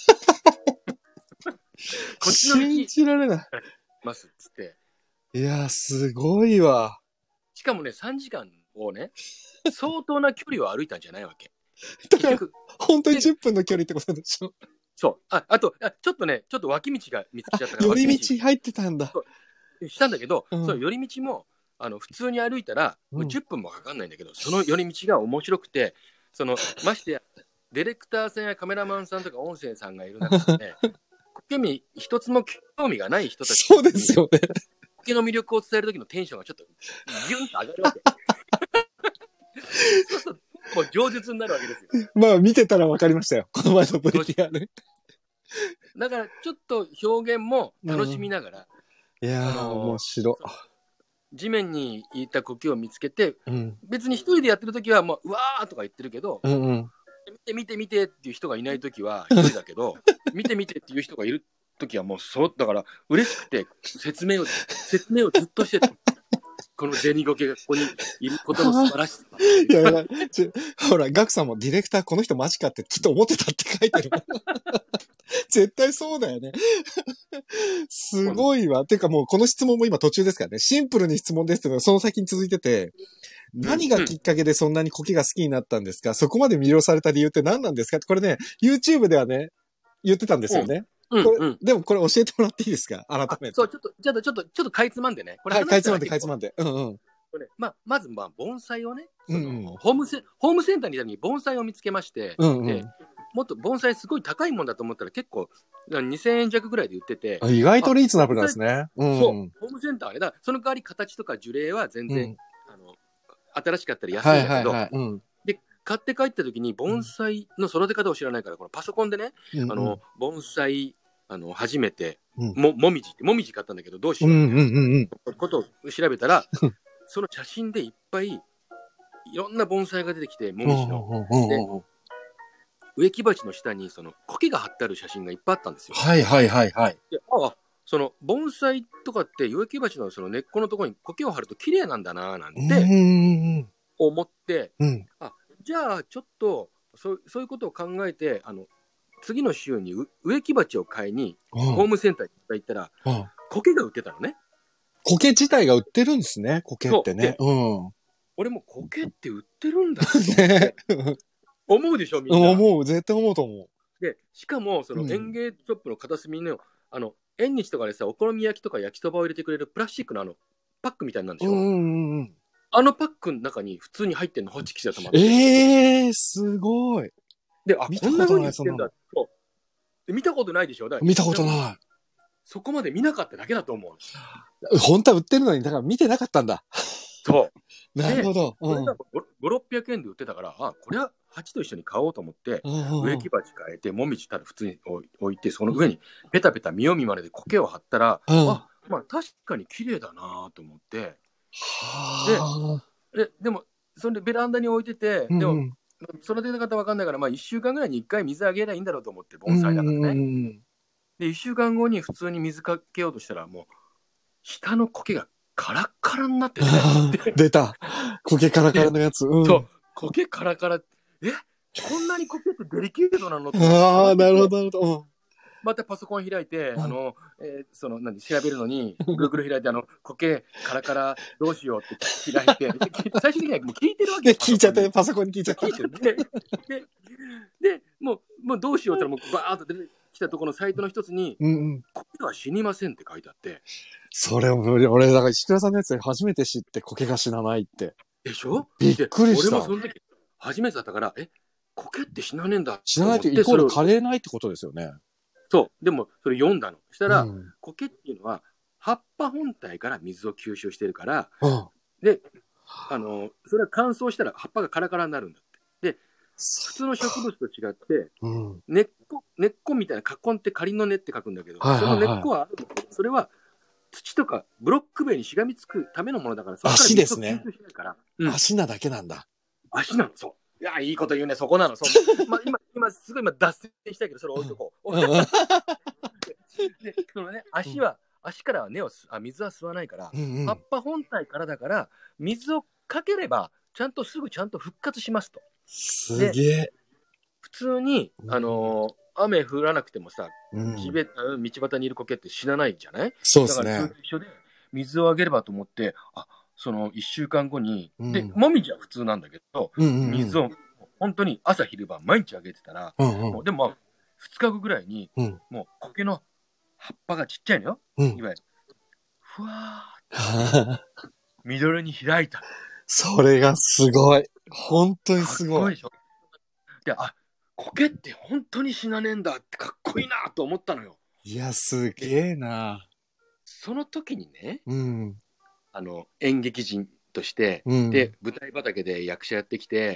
[SPEAKER 2] こっちの道
[SPEAKER 1] 信じられない。
[SPEAKER 2] ますっつって。
[SPEAKER 1] いやー、すごいわ。
[SPEAKER 2] しかもね、さんじかんをね、相当な距離を歩いたんじゃないわけ。
[SPEAKER 1] だから、本当にじゅっぷんの距離ってことでしょ。
[SPEAKER 2] そう。あ、あとあ、ちょっとね、ちょっと脇道が見つけちゃったから。
[SPEAKER 1] 寄り道入ってたんだ。
[SPEAKER 2] したんだけど、
[SPEAKER 1] うん、
[SPEAKER 2] その寄り道も、あの、普通に歩いたら、
[SPEAKER 1] うん、
[SPEAKER 2] じゅっぷんもかかんないんだけど、その寄り道が面白くて、その、ましてや、ディレクターさんやカメラマンさんとか音声さんがいる中で、ね、苔に一つも興味がない人たち。
[SPEAKER 1] そうですよね。
[SPEAKER 2] 苔の魅力を伝える時のテンションがちょっとギュンと上がるわけ。そうするともう饒舌になるわけですよ。
[SPEAKER 1] まあ見てたら分かりましたよ。この前の ブイティーアール。
[SPEAKER 2] だからちょっと表現も楽しみながら。
[SPEAKER 1] うん、いやー、あのー、面白。
[SPEAKER 2] 地面にいた苔を見つけて、
[SPEAKER 1] うん、
[SPEAKER 2] 別に一人でやってる時はもううわーとか言ってるけど、
[SPEAKER 1] うんうん、
[SPEAKER 2] 見て見て見てっていう人がいない時は一人だけど、見て見てっていう人がいる時はもうそうだから嬉しくて説明を説明をずっとしてた。この銭苔がここにいることの素晴らしさ。
[SPEAKER 1] いやいやちほら、ガクさんもディレクターこの人マジかってきっと思ってたって書いてる。絶対そうだよね。すごいわ。てかもうこの質問も今途中ですからね。シンプルに質問ですけど、その先に続いてて、何がきっかけでそんなに苔が好きになったんですか？そこまで魅了された理由って何なんですか？これね、YouTube ではね、言ってたんですよね。
[SPEAKER 2] うん
[SPEAKER 1] これ
[SPEAKER 2] うん、
[SPEAKER 1] でもこれ教えてもらっていいですか？改めて。
[SPEAKER 2] そう、ちょっと、ちょっと、ちょっと、ちょっとかいつまんでね。これ
[SPEAKER 1] はい、かいつまんで、かいつまんで。うんうん。
[SPEAKER 2] これまあ、まず、まあ、盆栽をね、その、
[SPEAKER 1] うんうん、
[SPEAKER 2] ホームセ、ホームセンターにいた時に盆栽を見つけまして、
[SPEAKER 1] うんうん、
[SPEAKER 2] で、もっと盆栽すごい高いもんだと思ったら結構、にせんえん弱ぐらいで売ってて。
[SPEAKER 1] 意外とリーズナブルなんですね。
[SPEAKER 2] うん、そう。ホームセンターはね、だからその代わり形とか樹齢は全然、うん、あの、新しかったり安いんだけど、はいはいはい、うん、で、買って帰った時に盆栽の育て方を知らないから、このパソコンでね、うんうん、あの、盆栽、あの、初めて、うん、も、もみじって、もみじ買ったんだけど、どうしようみたいなことを調べたら、その写真でいっぱい、いろんな盆栽が出てきて、もみじの。で、植木鉢の下に、その、苔が張ってある写真がいっぱいあったんですよ。
[SPEAKER 1] はいはいはいはい。
[SPEAKER 2] で、ああ、その、盆栽とかって、植木鉢のその根っこのところに苔を張ると綺麗なんだなぁ、なんて、思って、うん、あ、じゃあ、ちょっと、そう、そういうことを考えて、あの、次の週に植木鉢を買いに、ホームセンターに行ったら、苔が売ってたのね。
[SPEAKER 1] 苔自体が売ってるんですね、苔ってね。うん。
[SPEAKER 2] 俺も苔って売ってるんだね。思うでしょ、みんな。
[SPEAKER 1] 思う、絶対思うと思う。
[SPEAKER 2] で、しかも、その園芸ショップの片隅の、あの、縁日とかでさ、お好み焼きとか焼きそばを入れてくれるプラスチックのあの、パックみたいなんでしょ。うんうんうん。あのパックの中に普通に入ってんの、ホチキスが止まって。
[SPEAKER 1] ええー、すごい。
[SPEAKER 2] で、あ、こんな風に売ってんだ。そう。見たことないでしょ。だから
[SPEAKER 1] 見たことない。
[SPEAKER 2] そこまで見なかっただけだと思
[SPEAKER 1] う。本当は売ってるのに、だから見てなかったんだ。
[SPEAKER 2] そう。
[SPEAKER 1] なるほど。
[SPEAKER 2] これがごひゃく、ろっぴゃくえんで売ってたから、あ、これは鉢と一緒に買おうと思って、植木鉢変えて、もみじたら普通に置いて、その上にペタペタ見よう見まねで苔を張ったら、うん、あ、まあ確かに綺麗だなと思って、で、で、でも、それでベランダに置いてて、でも、うん、育て方わかんないから、まあいっしゅうかんぐらいにいっかい水あげればいいんだろうと思って、盆栽だからね。うん、で、いっしゅうかんごに普通に水かけようとしたら、もう、下の苔がカラッカラになってね。
[SPEAKER 1] 出た。苔カラカラのやつ。
[SPEAKER 2] うん、そう。苔カラカラ。え、こんなに苔ってデリケートなの？
[SPEAKER 1] ああ、なるほど、なるほど。
[SPEAKER 2] またパソコン開いて、あの、えー、その、何、調べるのに、Google 開いて、あの、苔カラカラどうしようって開いて、最終的にはもう聞いてるわけ
[SPEAKER 1] です。聞いちゃって、パソコンに聞いちゃって。
[SPEAKER 2] で、で、で、もう、もうどうしようって言ったら、もうバーッと出てきたところのサイトの一つに、うんうん、苔は死にませんって書いてあって。
[SPEAKER 1] それ、俺、だから石倉さんのやつで初めて知って、苔が死なないって。
[SPEAKER 2] でしょ？
[SPEAKER 1] びっくりした。
[SPEAKER 2] 俺もその時、初めてだったから、え、苔って死なねえんだ。
[SPEAKER 1] 死なないってイコール枯れないってことですよね。
[SPEAKER 2] そう。でも、それ読んだの。したら、
[SPEAKER 1] うん、
[SPEAKER 2] 苔っていうのは、葉っぱ本体から水を吸収してるから、
[SPEAKER 1] うん。
[SPEAKER 2] で、あの、それは乾燥したら葉っぱがカラカラになるんだって。で、普通の植物と違って、
[SPEAKER 1] うん。
[SPEAKER 2] 根っこ、根っこみたいな、カコンって仮の根って書くんだけど、
[SPEAKER 1] はい
[SPEAKER 2] その根っ
[SPEAKER 1] はいはい。
[SPEAKER 2] こはあるんだけど、それは土とかブロック塀にしがみつくためのものだから、そこから
[SPEAKER 1] 足ですね。
[SPEAKER 2] 水を吸収しないから、うん、
[SPEAKER 1] 足なだけなんだ。
[SPEAKER 2] 足なの、そう。いや、いいこと言うね、そこなの。そう。まあ、今、今、すごい今脱線したけど、それ置いとこう。
[SPEAKER 1] うんうん
[SPEAKER 2] で、そのね、足は、足からは根を吸あ、水は吸わないから、
[SPEAKER 1] うんうん。
[SPEAKER 2] 葉っぱ本体からだから、水をかければ、ちゃんとすぐちゃんと復活しますと。で、
[SPEAKER 1] すげえ。
[SPEAKER 2] 普通に、あのー雨降らなくてもさ、
[SPEAKER 1] うん。
[SPEAKER 2] 地べうん道端にいる苔って死なないじゃない
[SPEAKER 1] そうで
[SPEAKER 2] だからそれ
[SPEAKER 1] すね。
[SPEAKER 2] と一緒で、水をあげればと思って、あ、そのいっしゅうかんごに、で、
[SPEAKER 1] うん。
[SPEAKER 2] もみじは普通なんだけど、
[SPEAKER 1] うんうんうん。
[SPEAKER 2] 水を本当に朝昼晩毎日あげてたら、
[SPEAKER 1] うんうん。
[SPEAKER 2] もうでもまあふつかごぐらいに、
[SPEAKER 1] うん。
[SPEAKER 2] もう苔の葉っぱがちっちゃいのよ。
[SPEAKER 1] うん。
[SPEAKER 2] いわゆる、ふわーって緑に開いた。
[SPEAKER 1] それがすごい。本当に
[SPEAKER 2] かっ
[SPEAKER 1] すごい。
[SPEAKER 2] こいいでしょ。で、あ、苔って本当に死なねえんだってかっこいいなと思ったのよ。
[SPEAKER 1] いや、す
[SPEAKER 2] で、
[SPEAKER 1] げえな。
[SPEAKER 2] その時にね、
[SPEAKER 1] うん。
[SPEAKER 2] あの演劇人として、
[SPEAKER 1] うん。
[SPEAKER 2] で舞台畑で役者やってきて、
[SPEAKER 1] うん。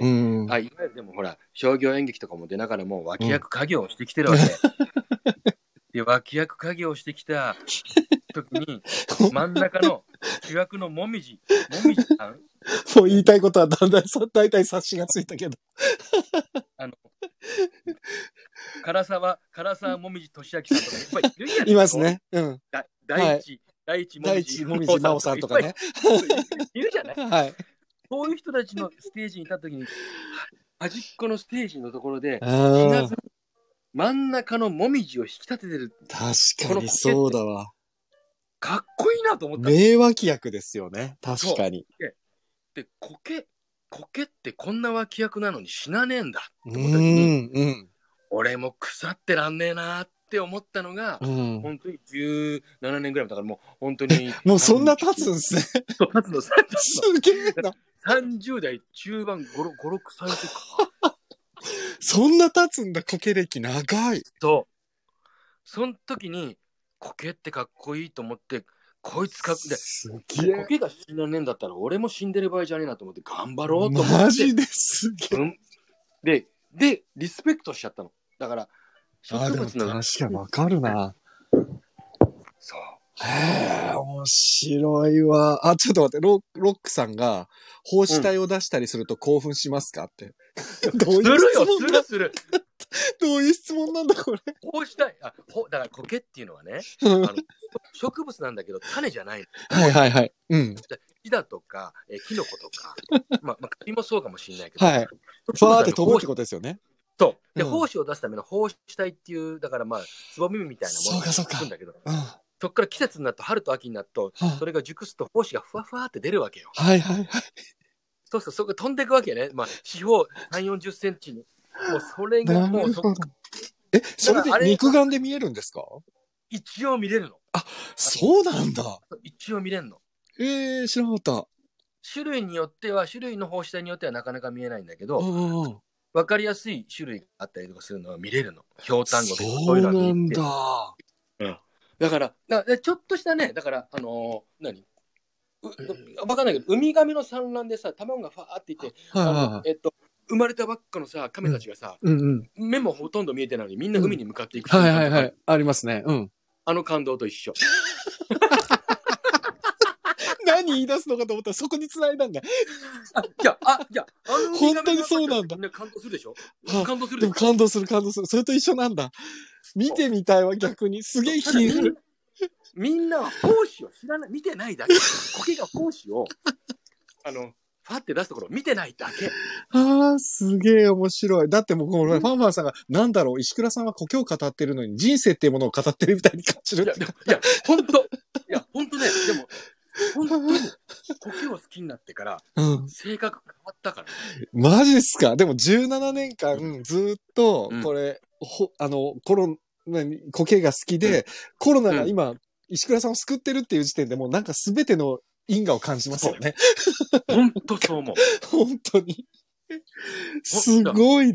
[SPEAKER 2] あ、いわゆるでもほら商業演劇とかも出ながらも
[SPEAKER 1] うん。
[SPEAKER 2] 脇役家業をしてきてるわけで、脇役家業をしてきた時に真ん中の主役のもみじもみじさん、
[SPEAKER 1] もう言いたいことはだんだんさ、大体察しがついたけど。
[SPEAKER 2] あの唐沢唐沢もみじ俊明さんとかいっぱいいるじゃない
[SPEAKER 1] い
[SPEAKER 2] ですか。
[SPEAKER 1] ますね。うん。
[SPEAKER 2] だ
[SPEAKER 1] はい。
[SPEAKER 2] 第一第一も
[SPEAKER 1] 第
[SPEAKER 2] みじ
[SPEAKER 1] 一もみじまおさんとかね。
[SPEAKER 2] いるじゃない。
[SPEAKER 1] はい。
[SPEAKER 2] そういう人たちのステージに立った時に、端っこのステージのところで死な
[SPEAKER 1] ああ、
[SPEAKER 2] ずに真ん中のもみじを引き立ててる、
[SPEAKER 1] 確かに
[SPEAKER 2] この苔って
[SPEAKER 1] そうだわ。
[SPEAKER 2] かっこいいなと思ったの。
[SPEAKER 1] 名脇役ですよね。確
[SPEAKER 2] そ
[SPEAKER 1] かに。
[SPEAKER 2] う。で、で苔、苔ってこんな脇役なのに死なねえんだ
[SPEAKER 1] う
[SPEAKER 2] って思った時に、
[SPEAKER 1] ん、うん。
[SPEAKER 2] 俺も腐ってらんねえなって思ったのが、
[SPEAKER 1] うん。
[SPEAKER 2] 本当にじゅうななねんぐらいだから、もう本当に
[SPEAKER 1] もうそんな経つんですね。
[SPEAKER 2] 経つの、経つの、
[SPEAKER 1] すげえな。
[SPEAKER 2] さんじゅう代中盤ご、ご、ろくさいの時かな。
[SPEAKER 1] そんな経つんだ、苔歴長い。
[SPEAKER 2] そう。その時に、苔ってかっこいいと思って、こいつかっで、
[SPEAKER 1] す
[SPEAKER 2] で、
[SPEAKER 1] げえ。
[SPEAKER 2] 苔が死なねえんだったら、俺も死んでる場合じゃねえなと思って、頑張ろうと思って。
[SPEAKER 1] マジですげえ。
[SPEAKER 2] うん。で、で、リスペクトしちゃったの。だから、
[SPEAKER 1] あ、でも
[SPEAKER 2] 植物の。
[SPEAKER 1] 確かにわかるな。
[SPEAKER 2] そう。
[SPEAKER 1] へえ、面白いわ。あ、ちょっと待って、ロロックさんが、胞子体を出したりすると興奮しますかって。どういう
[SPEAKER 2] するよ、
[SPEAKER 1] 質問だ
[SPEAKER 2] するする。
[SPEAKER 1] どういう質問なんだ、これ。
[SPEAKER 2] こうしたい。あ、ほだから苔っていうのはね、
[SPEAKER 1] うん
[SPEAKER 2] あの植物なんだけど、種じゃないの。
[SPEAKER 1] はいはいはい。うん。
[SPEAKER 2] 木だとか、えキノコとか、まあ、まあ、カビもそうかもしれないけど、
[SPEAKER 1] はい。ふわーって飛ぶってことですよね。
[SPEAKER 2] そう。で、
[SPEAKER 1] うん
[SPEAKER 2] 胞子を出すための胞子体っていう、だからまあ、つぼみみたいなものが
[SPEAKER 1] そうかそうか
[SPEAKER 2] つくんだけど、
[SPEAKER 1] うん。
[SPEAKER 2] そっから季節になると、春と秋になると、それが熟すと胞子がふわふわって出るわけよ。
[SPEAKER 1] はいはいはい。
[SPEAKER 2] そうすると、そこ飛んでいくわけね。まあ、四方さん、よんじゅっセンチに。もうそれが
[SPEAKER 1] な
[SPEAKER 2] もうそ
[SPEAKER 1] るほど。え、それで肉眼で見えるんですか？
[SPEAKER 2] 一応見れるの。
[SPEAKER 1] あ、そうなんだ。
[SPEAKER 2] 一応見れるの。
[SPEAKER 1] えー、知らなかった。
[SPEAKER 2] 種類によっては、種類の胞子体によってはなかなか見えないんだけど、
[SPEAKER 1] うんうん。
[SPEAKER 2] わかりやすい種類があったりとかするのは見れるの。ひょうたんごとか
[SPEAKER 1] そうなんだ。
[SPEAKER 2] うん。だから、だからちょっとしたね、だから、あのー、何うわかんないけど、ウミガメの産卵でさ、卵がファーっていって、
[SPEAKER 1] はいはい
[SPEAKER 2] あの、
[SPEAKER 1] はい。
[SPEAKER 2] えっと、生まれたばっかのさ、カメたちがさ、
[SPEAKER 1] うんうん。
[SPEAKER 2] 目もほとんど見えてないのに、みんな海に向かっていく
[SPEAKER 1] はい
[SPEAKER 2] 瞬間とか、
[SPEAKER 1] はいはい。ありますね。うん。
[SPEAKER 2] あの感動と一緒。
[SPEAKER 1] 何言い出すのかと思ったらそこに繋いだんだ。
[SPEAKER 2] あ、じゃあ、あ、じゃあ、あのウミガメ
[SPEAKER 1] 本当にそうなんだ。
[SPEAKER 2] みんな感動するでしょ。
[SPEAKER 1] は
[SPEAKER 2] 感動する
[SPEAKER 1] でも
[SPEAKER 2] でしょ。
[SPEAKER 1] 感動する感動する。それと一緒なんだ。見てみたいわ、逆に。すげえ皮膚。
[SPEAKER 2] みんなは胞子を知らない、見てないだけ。苔が胞子を、あの、ファって出すところを見てないだけ。
[SPEAKER 1] ああ、すげえ面白い。だってもうこのファンファンさんが、なんだろう、石倉さんは苔を語ってるのに、人生っていうものを語ってるみたいに感じる。
[SPEAKER 2] いや、いや、ほんと。いや、ほんとね、でも、本当に苔を好きになってから、うん、性格変わったから、ね。
[SPEAKER 1] マジっすか？でもじゅうななねんかんずっと、これ、うん、ほ、あの、コロナ、苔が好きで、うん、コロナが今、うん、石倉さんを救ってるっていう時点でもうなんか全ての因果を感じますよね。
[SPEAKER 2] 本当そう思う。
[SPEAKER 1] 本当に。すごいな。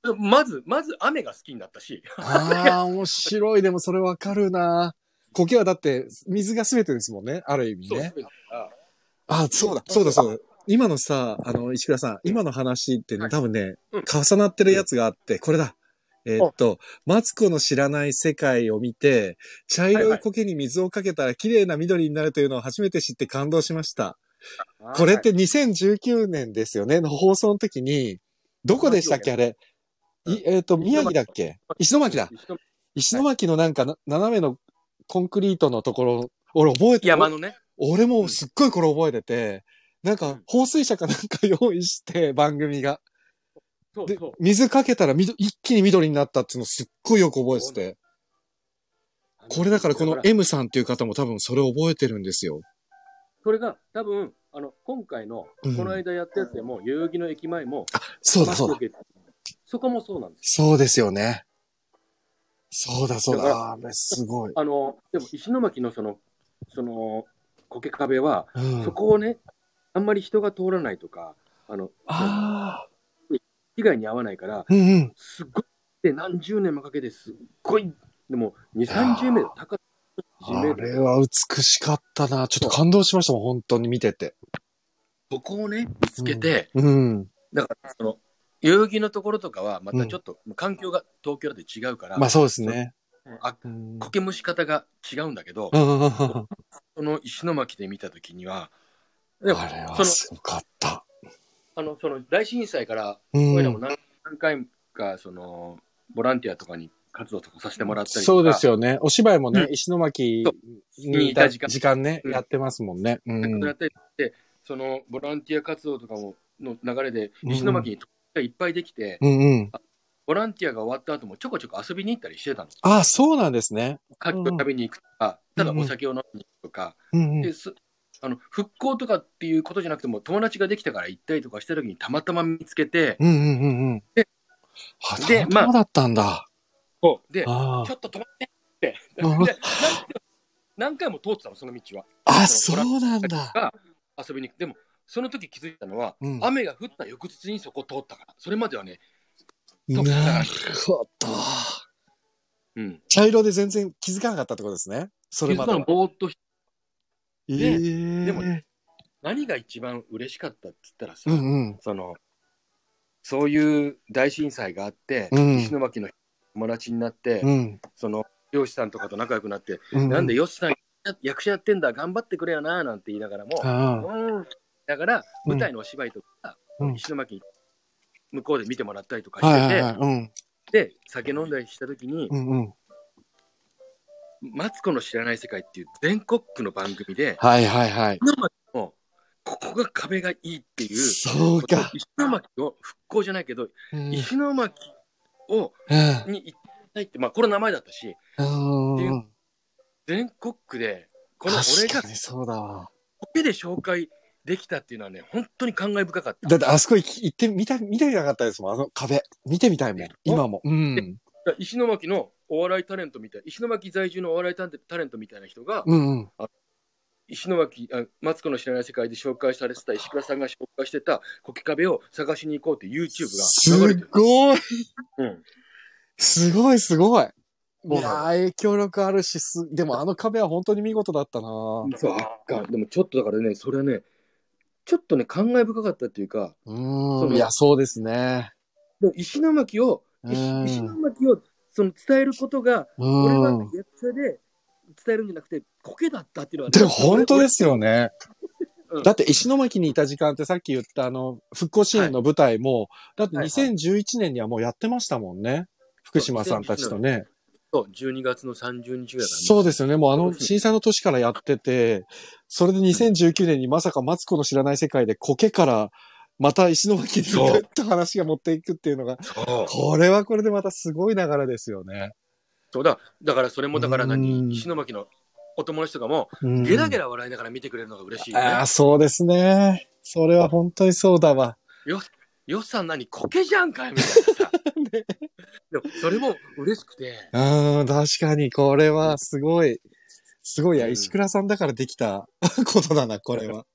[SPEAKER 2] まず、まず雨が好きになったし。
[SPEAKER 3] ああ、面白い。でもそれわかるな。苔はだって水が全てですもんね。ある意味
[SPEAKER 2] そう、
[SPEAKER 3] ね。
[SPEAKER 2] 全てが
[SPEAKER 3] あ、そうだ、そうだ、そうだ。今のさ、あの、石倉さん、今の話ってね、
[SPEAKER 2] はい
[SPEAKER 3] 多分ね、
[SPEAKER 2] うん
[SPEAKER 3] 重なってるやつがあって、これだ。えーっと、マツコの知らない世界を見て、茶色い苔に水をかけたら綺麗な緑になるというのを初めて知って感動しました。これってにせんじゅうきゅうねんですよね。の放送の時に、どこでしたっけあれ。いえーっと、宮城だっけ石巻だ。
[SPEAKER 2] 石巻
[SPEAKER 3] 石巻のなんかな、斜めのコンクリートのところ、俺覚えて
[SPEAKER 2] 山のね。
[SPEAKER 3] 俺もすっごいこれ覚えてて、なんか放水車かなんか用意して番組が。で
[SPEAKER 2] そうそう、
[SPEAKER 3] 水かけたらみど一気に緑になったっていうのすっごいよく覚えてて。これだからこの M さんっていう方も多分それ覚えてるんですよ。
[SPEAKER 2] それが多分、あの、今回の、
[SPEAKER 3] うん
[SPEAKER 2] この間やったやつでも、代々木の駅前も、
[SPEAKER 3] そうだそうだ。
[SPEAKER 2] そこもそうなんです
[SPEAKER 3] そうですよね。そうだそう
[SPEAKER 2] だから
[SPEAKER 3] だ。あれすごい。
[SPEAKER 2] あの、でも石巻のその、その、苔壁は、
[SPEAKER 3] うん
[SPEAKER 2] そこをね、あんまり人が通らないとか、あの、
[SPEAKER 3] ああ。
[SPEAKER 2] 被害に遭わないから、
[SPEAKER 3] うんうん。
[SPEAKER 2] すっごい、で、何十年もかけて、すっごい、でも、に、さんじゅうメートル、高さいちメ
[SPEAKER 3] あ
[SPEAKER 2] ートル。
[SPEAKER 3] れは美しかったな。ちょっと感動しましたもん、本当に見てて。
[SPEAKER 2] そこをね、見つけて、
[SPEAKER 3] うん。
[SPEAKER 2] だから、その、代々木のところとかは、またちょっと、環境が東京だと違うから、
[SPEAKER 3] まあそうですね。
[SPEAKER 2] あ、
[SPEAKER 3] うん
[SPEAKER 2] 苔むし方が違うんだけど、
[SPEAKER 3] うんうんうん
[SPEAKER 2] その石巻で見たときには、でも
[SPEAKER 3] あれは
[SPEAKER 2] その、
[SPEAKER 3] すごかった。
[SPEAKER 2] あの、その大震災から、
[SPEAKER 3] うん
[SPEAKER 2] これらも何何回か、その、ボランティアとかに活動とかさせてもらったりとか。
[SPEAKER 3] そうですよね。お芝居もね、
[SPEAKER 2] うん
[SPEAKER 3] 石巻
[SPEAKER 2] に
[SPEAKER 3] にいた
[SPEAKER 2] いた時間
[SPEAKER 3] 時間ね、
[SPEAKER 2] うん
[SPEAKER 3] やってますもんね。うん。
[SPEAKER 2] やったりして、そのボランティア活動とかもの流れで、
[SPEAKER 3] うん
[SPEAKER 2] 石巻に友達がいっぱいできて、
[SPEAKER 3] うんうん。
[SPEAKER 2] ボランティアが終わった後もちょこちょこ遊びに行ったりしてたの。
[SPEAKER 3] ああ、そうなんですね。
[SPEAKER 2] 牡蠣を食べに行くとか、ただお酒を飲みに行くとか、
[SPEAKER 3] うんうん。
[SPEAKER 2] ですあの復興とかっていうことじゃなくても、友達ができたから行ったりとかした時にたまたま見つけて、
[SPEAKER 3] うんうんうんうん。
[SPEAKER 2] で
[SPEAKER 3] あ、
[SPEAKER 2] で
[SPEAKER 3] たまたまだったんだ。
[SPEAKER 2] で、
[SPEAKER 3] あ
[SPEAKER 2] ちょっと止まってって、で
[SPEAKER 3] あ
[SPEAKER 2] 何何回も通ってたの、その道は。
[SPEAKER 3] あ、
[SPEAKER 2] その
[SPEAKER 3] そうなんだ。
[SPEAKER 2] が遊びに行く。でも、その時気づいたのは、
[SPEAKER 3] うん
[SPEAKER 2] 雨が降った翌日にそこ通ったから。それまではね、
[SPEAKER 3] な
[SPEAKER 2] そう
[SPEAKER 3] るほど。
[SPEAKER 2] うん。
[SPEAKER 3] 茶色で全然気づかなかったってことですね。それ
[SPEAKER 2] 気づかの
[SPEAKER 3] までは。
[SPEAKER 2] ぼーっとし
[SPEAKER 3] え
[SPEAKER 2] で
[SPEAKER 3] え。
[SPEAKER 2] でもね何が一番嬉しかったって言ったらさ、
[SPEAKER 3] うんうん。
[SPEAKER 2] その、そういう大震災があって、
[SPEAKER 3] うん
[SPEAKER 2] 石巻の友達になって、
[SPEAKER 3] うん。
[SPEAKER 2] その、漁師さんとかと仲良くなって、
[SPEAKER 3] うん。
[SPEAKER 2] なんで漁師さん役者やってんだ、頑張ってくれよな、なんて言いながらも、
[SPEAKER 3] ああ。
[SPEAKER 2] うん。だから、舞台のお芝居とか、
[SPEAKER 3] うん
[SPEAKER 2] 石巻向こうで見てもらったりとかしてて、
[SPEAKER 3] はいはいはい。うん。
[SPEAKER 2] で、酒飲んだりした時に、
[SPEAKER 3] うんうん。
[SPEAKER 2] マツコの知らない世界っていう全国区の番組で、
[SPEAKER 3] はいはいはい。
[SPEAKER 2] 石巻のここが壁がいいっていう、
[SPEAKER 3] そうか。
[SPEAKER 2] 石巻を復興じゃないけど、
[SPEAKER 3] うん。
[SPEAKER 2] 石巻を
[SPEAKER 3] うん
[SPEAKER 2] に行きたいって、まあこれ名前だったし、
[SPEAKER 3] うん。
[SPEAKER 2] 全国区で、この俺が
[SPEAKER 3] 確かにそうだわ。
[SPEAKER 2] 苔で紹介できたっていうのはね、本当に感慨深かった。
[SPEAKER 3] だってあそこ行き行ってみた、見てみたかったですもん、あの壁。見てみたいもん、今も。うん。
[SPEAKER 2] 石巻のお笑いタレントみたい、石巻在住のお笑いタレントみたいな人が、
[SPEAKER 3] うんうん。
[SPEAKER 2] 石巻、あマツコの知らない世界で紹介されてた石倉さんが紹介してた苔壁を探しに行こうって YouTube が流れてる。
[SPEAKER 3] すごい。
[SPEAKER 2] うん。
[SPEAKER 3] すごいすごい。い
[SPEAKER 2] そうなの
[SPEAKER 3] やー、影響力あるし、す、でもあの壁は本当に見事だったな
[SPEAKER 2] そうか。でもちょっとだからね、それはね、ちょっとね、感慨深かったっていうか、
[SPEAKER 3] う
[SPEAKER 2] そ
[SPEAKER 3] ーん。
[SPEAKER 2] の
[SPEAKER 3] いや、そうですね。
[SPEAKER 2] で石巻を、石
[SPEAKER 3] うん
[SPEAKER 2] 石巻をその伝えることが、
[SPEAKER 3] うん
[SPEAKER 2] 俺は役者で伝えるんじゃなくて、苔だったっていうのは、
[SPEAKER 3] でも本当ですよね。
[SPEAKER 2] うん
[SPEAKER 3] だって石巻にいた時間ってさっき言ったあの、復興支援の舞台も、だってにせんじゅういちねんにはもうやってましたもんね。福島さんたちとね。
[SPEAKER 2] そう、じゅうにがつのさんじゅうにちぐらいから。
[SPEAKER 3] そうですよね。もうあの震災の年からやってて、それでにせんじゅうきゅうねんにまさかマツコの知らない世界で苔からまた石巻に
[SPEAKER 2] そう
[SPEAKER 3] ぐっと話が持っていくっていうのが、
[SPEAKER 2] そう。
[SPEAKER 3] これはこれでまたすごい流れですよね。
[SPEAKER 2] そうだ。だからそれもだから
[SPEAKER 3] うん
[SPEAKER 2] 何、石巻のお友達とかも、
[SPEAKER 3] うん
[SPEAKER 2] ゲラゲラ笑いながら見てくれるのが嬉しいよね。
[SPEAKER 3] ああ、そうですね。それは本当にそうだわ。
[SPEAKER 2] よ、よっさん何、苔じゃんかいみたいなさ。
[SPEAKER 3] ね
[SPEAKER 2] でも、それも嬉しくて。
[SPEAKER 3] うん、確かにこれはすごい、すごいや、
[SPEAKER 2] うん
[SPEAKER 3] 石倉さんだからできたことだな、これは。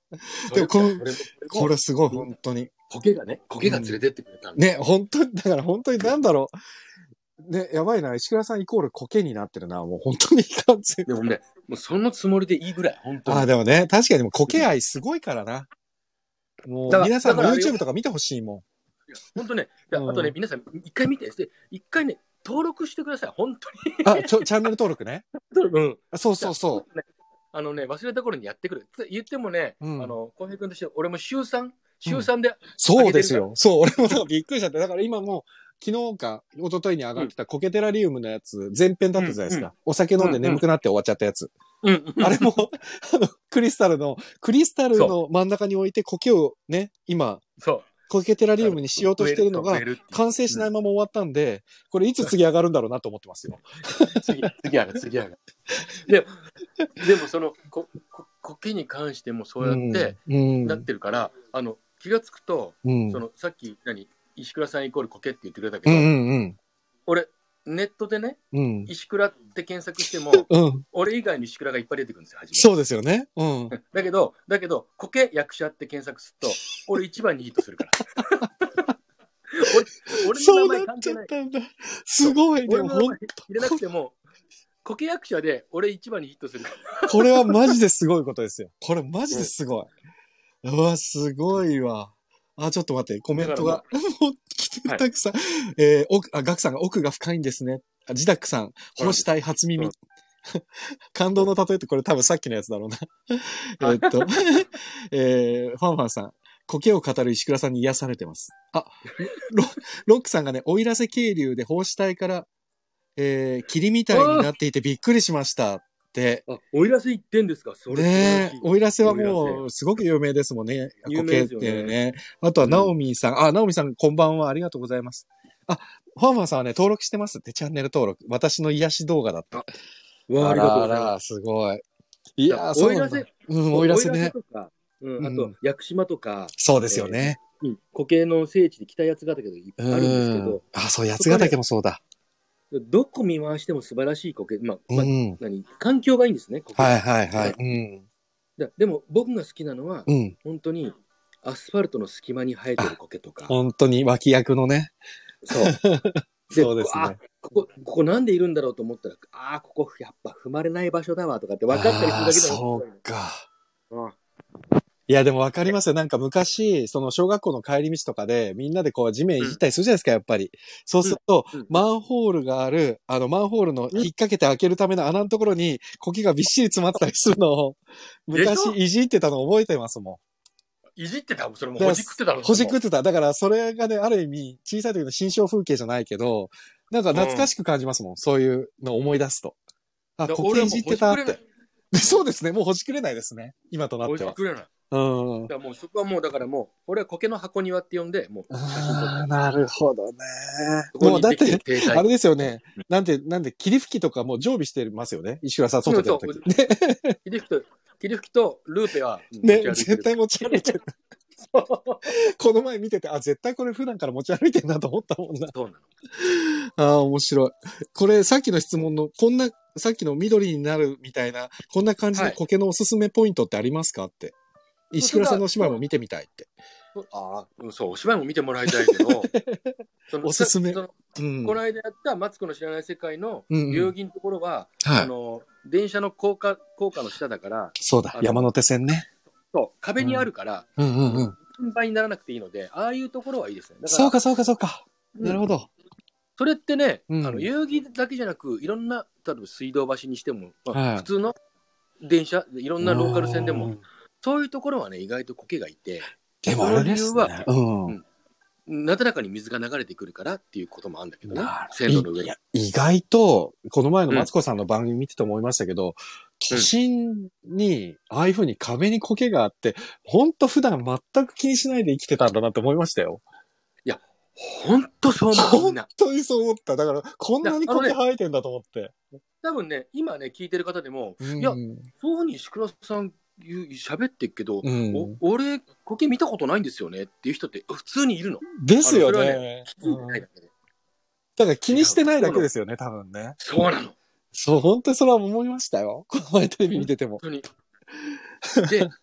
[SPEAKER 3] でもこの
[SPEAKER 2] それも
[SPEAKER 3] これすごい、本当に。
[SPEAKER 2] 苔がね、苔が連れてってくれたんで。
[SPEAKER 3] ね、本当に、だから本当になんだろう。ね、やばいな。石倉さんイコール苔になってるな。もう本当に完全。
[SPEAKER 2] でもね、もうそのつもりでいいぐらい、本当に。
[SPEAKER 3] ああ、でもね、確かにでも苔愛すごいからな。もう、
[SPEAKER 2] だから
[SPEAKER 3] 皆さんも
[SPEAKER 2] だからあれ
[SPEAKER 3] YouTube とか見てほしいも
[SPEAKER 2] 本当ね、いや
[SPEAKER 3] うん
[SPEAKER 2] あとね、皆さん、一回見て、で一回ね、登録してください、本当に。
[SPEAKER 3] ん。あ、ちょ、チャンネル登録ね。
[SPEAKER 2] うん。
[SPEAKER 3] あそうそうそ
[SPEAKER 2] ねあのね、忘れた頃にやってくる。つ言ってもね、
[SPEAKER 3] うん
[SPEAKER 2] あの、浩平君として、俺も週さん、週さんで、
[SPEAKER 3] う。そうですよ。そう、俺もなんかびっくりしちゃって。だから今もう、昨日か、一昨日に上がってたコケテラリウムのやつ、前編だったじゃないですか。
[SPEAKER 2] うん
[SPEAKER 3] お酒飲んで眠くなって終わっちゃったやつ。
[SPEAKER 2] うん、うん
[SPEAKER 3] あれも、あの、クリスタルの、クリスタルの真ん中に置いて苔をね、今、
[SPEAKER 2] そう。
[SPEAKER 3] コケテラリウムにしようとしてるのが
[SPEAKER 2] 植え、るっていう
[SPEAKER 3] 完成しないまま終わったんで、これいつ次上がるんだろうなと思ってますよ。
[SPEAKER 2] 次、次ある、次ある。ででも、その、こ、こ、苔に関してもそうやって、
[SPEAKER 3] うん、
[SPEAKER 2] なってるから、あの、気がつくと、
[SPEAKER 3] うん、
[SPEAKER 2] その、さっき、何、石倉さんイコール苔って言ってくれた
[SPEAKER 3] うん、
[SPEAKER 2] けど、
[SPEAKER 3] うん、うん、
[SPEAKER 2] 俺、ネットでね、
[SPEAKER 3] うん、
[SPEAKER 2] 石倉って検索しても、
[SPEAKER 3] うん。
[SPEAKER 2] 俺以外に石倉がいっぱい出てくるんですよ、初め。
[SPEAKER 3] そうですよね。うん。
[SPEAKER 2] だけど、だけど、苔役者って検索すると、俺一番にヒットするから。俺俺の名
[SPEAKER 3] そうなっち
[SPEAKER 2] 前関係ない。
[SPEAKER 3] ゃったんだ。すごい。でもほん
[SPEAKER 2] 俺の名前入れなくても、苔役者で俺一番にヒットするから。
[SPEAKER 3] これはマジですごいことですよ。これマジですごい。うわ、すごいわ。あ、ちょっと待って、コメントが。もう来てたくさん。えー、奥、あ、ガクさんが奥が深いんですね。あジダックさん、干したい初耳。
[SPEAKER 2] うん
[SPEAKER 3] 感動の例えってこれ多分さっきのやつだろうな。えっと、えー、ファンファンさん、苔を語る石倉さんに癒されてます。あ、ロロックさんがね、奥入瀬渓流で胞子体から、えー、霧みたいになっていてびっくりしましたって。
[SPEAKER 2] あ、おいらせ行ってんですか、それ。
[SPEAKER 3] ねえ、奥入瀬は
[SPEAKER 2] 奥入
[SPEAKER 3] もう、すごく有名ですもんね。
[SPEAKER 2] 有名ですよね
[SPEAKER 3] 苔ってね。あとは、ナオミさん。あ、ナオミさん、こんばんは。ありがとうございます。あ、ファンファンさんはね、登録してますって、チャンネル登録。私の癒し動画だった。
[SPEAKER 2] わあ、ありがとうございます。
[SPEAKER 3] あら、すごい。いやー、そうなんだ。
[SPEAKER 2] おいらせ、
[SPEAKER 3] うん、奥入瀬ね。
[SPEAKER 2] とか、うん、
[SPEAKER 3] うん
[SPEAKER 2] あと、屋久島とか、
[SPEAKER 3] そうですよね。
[SPEAKER 2] うん、苔の聖地で北八ヶ岳とかいっぱいあるんですけ
[SPEAKER 3] うん
[SPEAKER 2] ど、。
[SPEAKER 3] あ、そう、八ヶ岳もそうだ。
[SPEAKER 2] どこ見回しても素晴らしい苔、まあ、まあ、
[SPEAKER 3] うん。
[SPEAKER 2] 何、環境がいいんですね、苔。
[SPEAKER 3] はいはいはい。うん。
[SPEAKER 2] だでも、僕が好きなのは、
[SPEAKER 3] うん。
[SPEAKER 2] 本当に、アスファルトの隙間に生えてる苔とか。
[SPEAKER 3] 本当に脇役のね。
[SPEAKER 2] そう。
[SPEAKER 3] そうですね
[SPEAKER 2] あここ、ここなんでいるんだろうと思ったら、ああ、ここやっぱ踏まれない場所だわとかって分かったりするだけで
[SPEAKER 3] あーそうか。
[SPEAKER 2] うん
[SPEAKER 3] いや、でもわかりますよ。なんか昔、その小学校の帰り道とかで、みんなでこう地面いじったりするじゃないですか、やっぱり。そうすると、
[SPEAKER 2] うんうん
[SPEAKER 3] マンホールがある、あの、マンホールの引っ掛けて開けるための穴のところに、苔がびっしり詰まってたりするのを、昔
[SPEAKER 2] でしょ
[SPEAKER 3] いじってたの覚えてますも
[SPEAKER 2] いじってたそれも
[SPEAKER 3] ん。
[SPEAKER 2] ほじくってたの
[SPEAKER 3] ほじくってた。だから、それがね、ある意味、小さい時の心象風景じゃないけど、なんか懐かしく感じますもん。そういうのを思い出すと。あ、
[SPEAKER 2] だ
[SPEAKER 3] 苔いじってたっ
[SPEAKER 2] 俺はもうほじ
[SPEAKER 3] て。そうですね。もうほじくれないですね。今となっては。
[SPEAKER 2] ほじくれない。
[SPEAKER 3] うん。
[SPEAKER 2] だからもうそこはもうだからもう、俺は苔の箱庭って呼んで、もう写真撮
[SPEAKER 3] ああ、
[SPEAKER 2] って。
[SPEAKER 3] なるほどね。
[SPEAKER 2] そこに
[SPEAKER 3] もうだって
[SPEAKER 2] できてる、停滞
[SPEAKER 3] あれですよね。なんで、なんで、霧吹きとかもう常備してますよね。石倉さん外出るとき。
[SPEAKER 2] そう
[SPEAKER 3] ね、
[SPEAKER 2] 霧吹きと、霧吹きとルーペは、うん
[SPEAKER 3] ね、
[SPEAKER 2] 持ち歩いてる
[SPEAKER 3] 絶対持ち歩いてる。この前見てて、あ、絶対これ普段から持ち歩いてるなと思ったもんな。
[SPEAKER 2] そうなの。
[SPEAKER 3] ああ、面白い。これ、さっきの質問の、こんな、さっきの緑になるみたいな、こんな感じの苔のおすすめポイントってありますかって。石倉さんのお芝居も見てみたいって。
[SPEAKER 2] ああ、うんそう、お芝居も見てもらいたいけど、その
[SPEAKER 3] おすすめ
[SPEAKER 2] その
[SPEAKER 3] うん。
[SPEAKER 2] この間やったマツコの知らない世界の
[SPEAKER 3] うんうん
[SPEAKER 2] 代々木のところは、
[SPEAKER 3] はい
[SPEAKER 2] あの電車の高架高架の下だから、
[SPEAKER 3] そうだ
[SPEAKER 2] あ、の
[SPEAKER 3] 山手線ね。
[SPEAKER 2] そう壁にあるから、
[SPEAKER 3] うんうんうん。
[SPEAKER 2] 心配にならなくていいので、ああいうところはいいですね。だから
[SPEAKER 3] そうかそうかそうか。
[SPEAKER 2] うん
[SPEAKER 3] なるほど。
[SPEAKER 2] それってね、
[SPEAKER 3] うん
[SPEAKER 2] あの代々木だけじゃなく、いろんな、例えば水道橋にしても、まあ
[SPEAKER 3] はい
[SPEAKER 2] 普通の電車、いろんなローカル線でも、
[SPEAKER 3] うん。
[SPEAKER 2] そういうところはね、意外と苔がいて、
[SPEAKER 3] でもあれですね。うん。
[SPEAKER 2] うんなだらかに水が流れてくるからっていうこともあるんだけどね
[SPEAKER 3] な、
[SPEAKER 2] 線路の上に
[SPEAKER 3] いや。意外と、この前のマツコさんの番組見てて思いましたけど、都心に、ああいう風に壁に苔があって、ほんと普段全く気にしないで生きてたんだなって思いましたよ。
[SPEAKER 2] ほんとそう思う、みん
[SPEAKER 3] 本
[SPEAKER 2] な。
[SPEAKER 3] 当にそう思った。だから、こんなに
[SPEAKER 2] いやあのね
[SPEAKER 3] 苔生えてんだと思って。
[SPEAKER 2] 多分ね、今ね、聞いてる方でも、
[SPEAKER 3] うん
[SPEAKER 2] いや、そうに石倉さん言う喋ってっけど、
[SPEAKER 3] うん
[SPEAKER 2] お俺、苔見たことないんですよねっていう人って普通にいるの。
[SPEAKER 3] ですよ
[SPEAKER 2] あのそれは
[SPEAKER 3] ね。
[SPEAKER 2] 気づいてないだけで。
[SPEAKER 3] だから気にしてないだけですよね、多分ね。
[SPEAKER 2] そうなの。
[SPEAKER 3] そう、本当にそれは思いましたよ。この前テレビ見てても。
[SPEAKER 2] 本当に。で、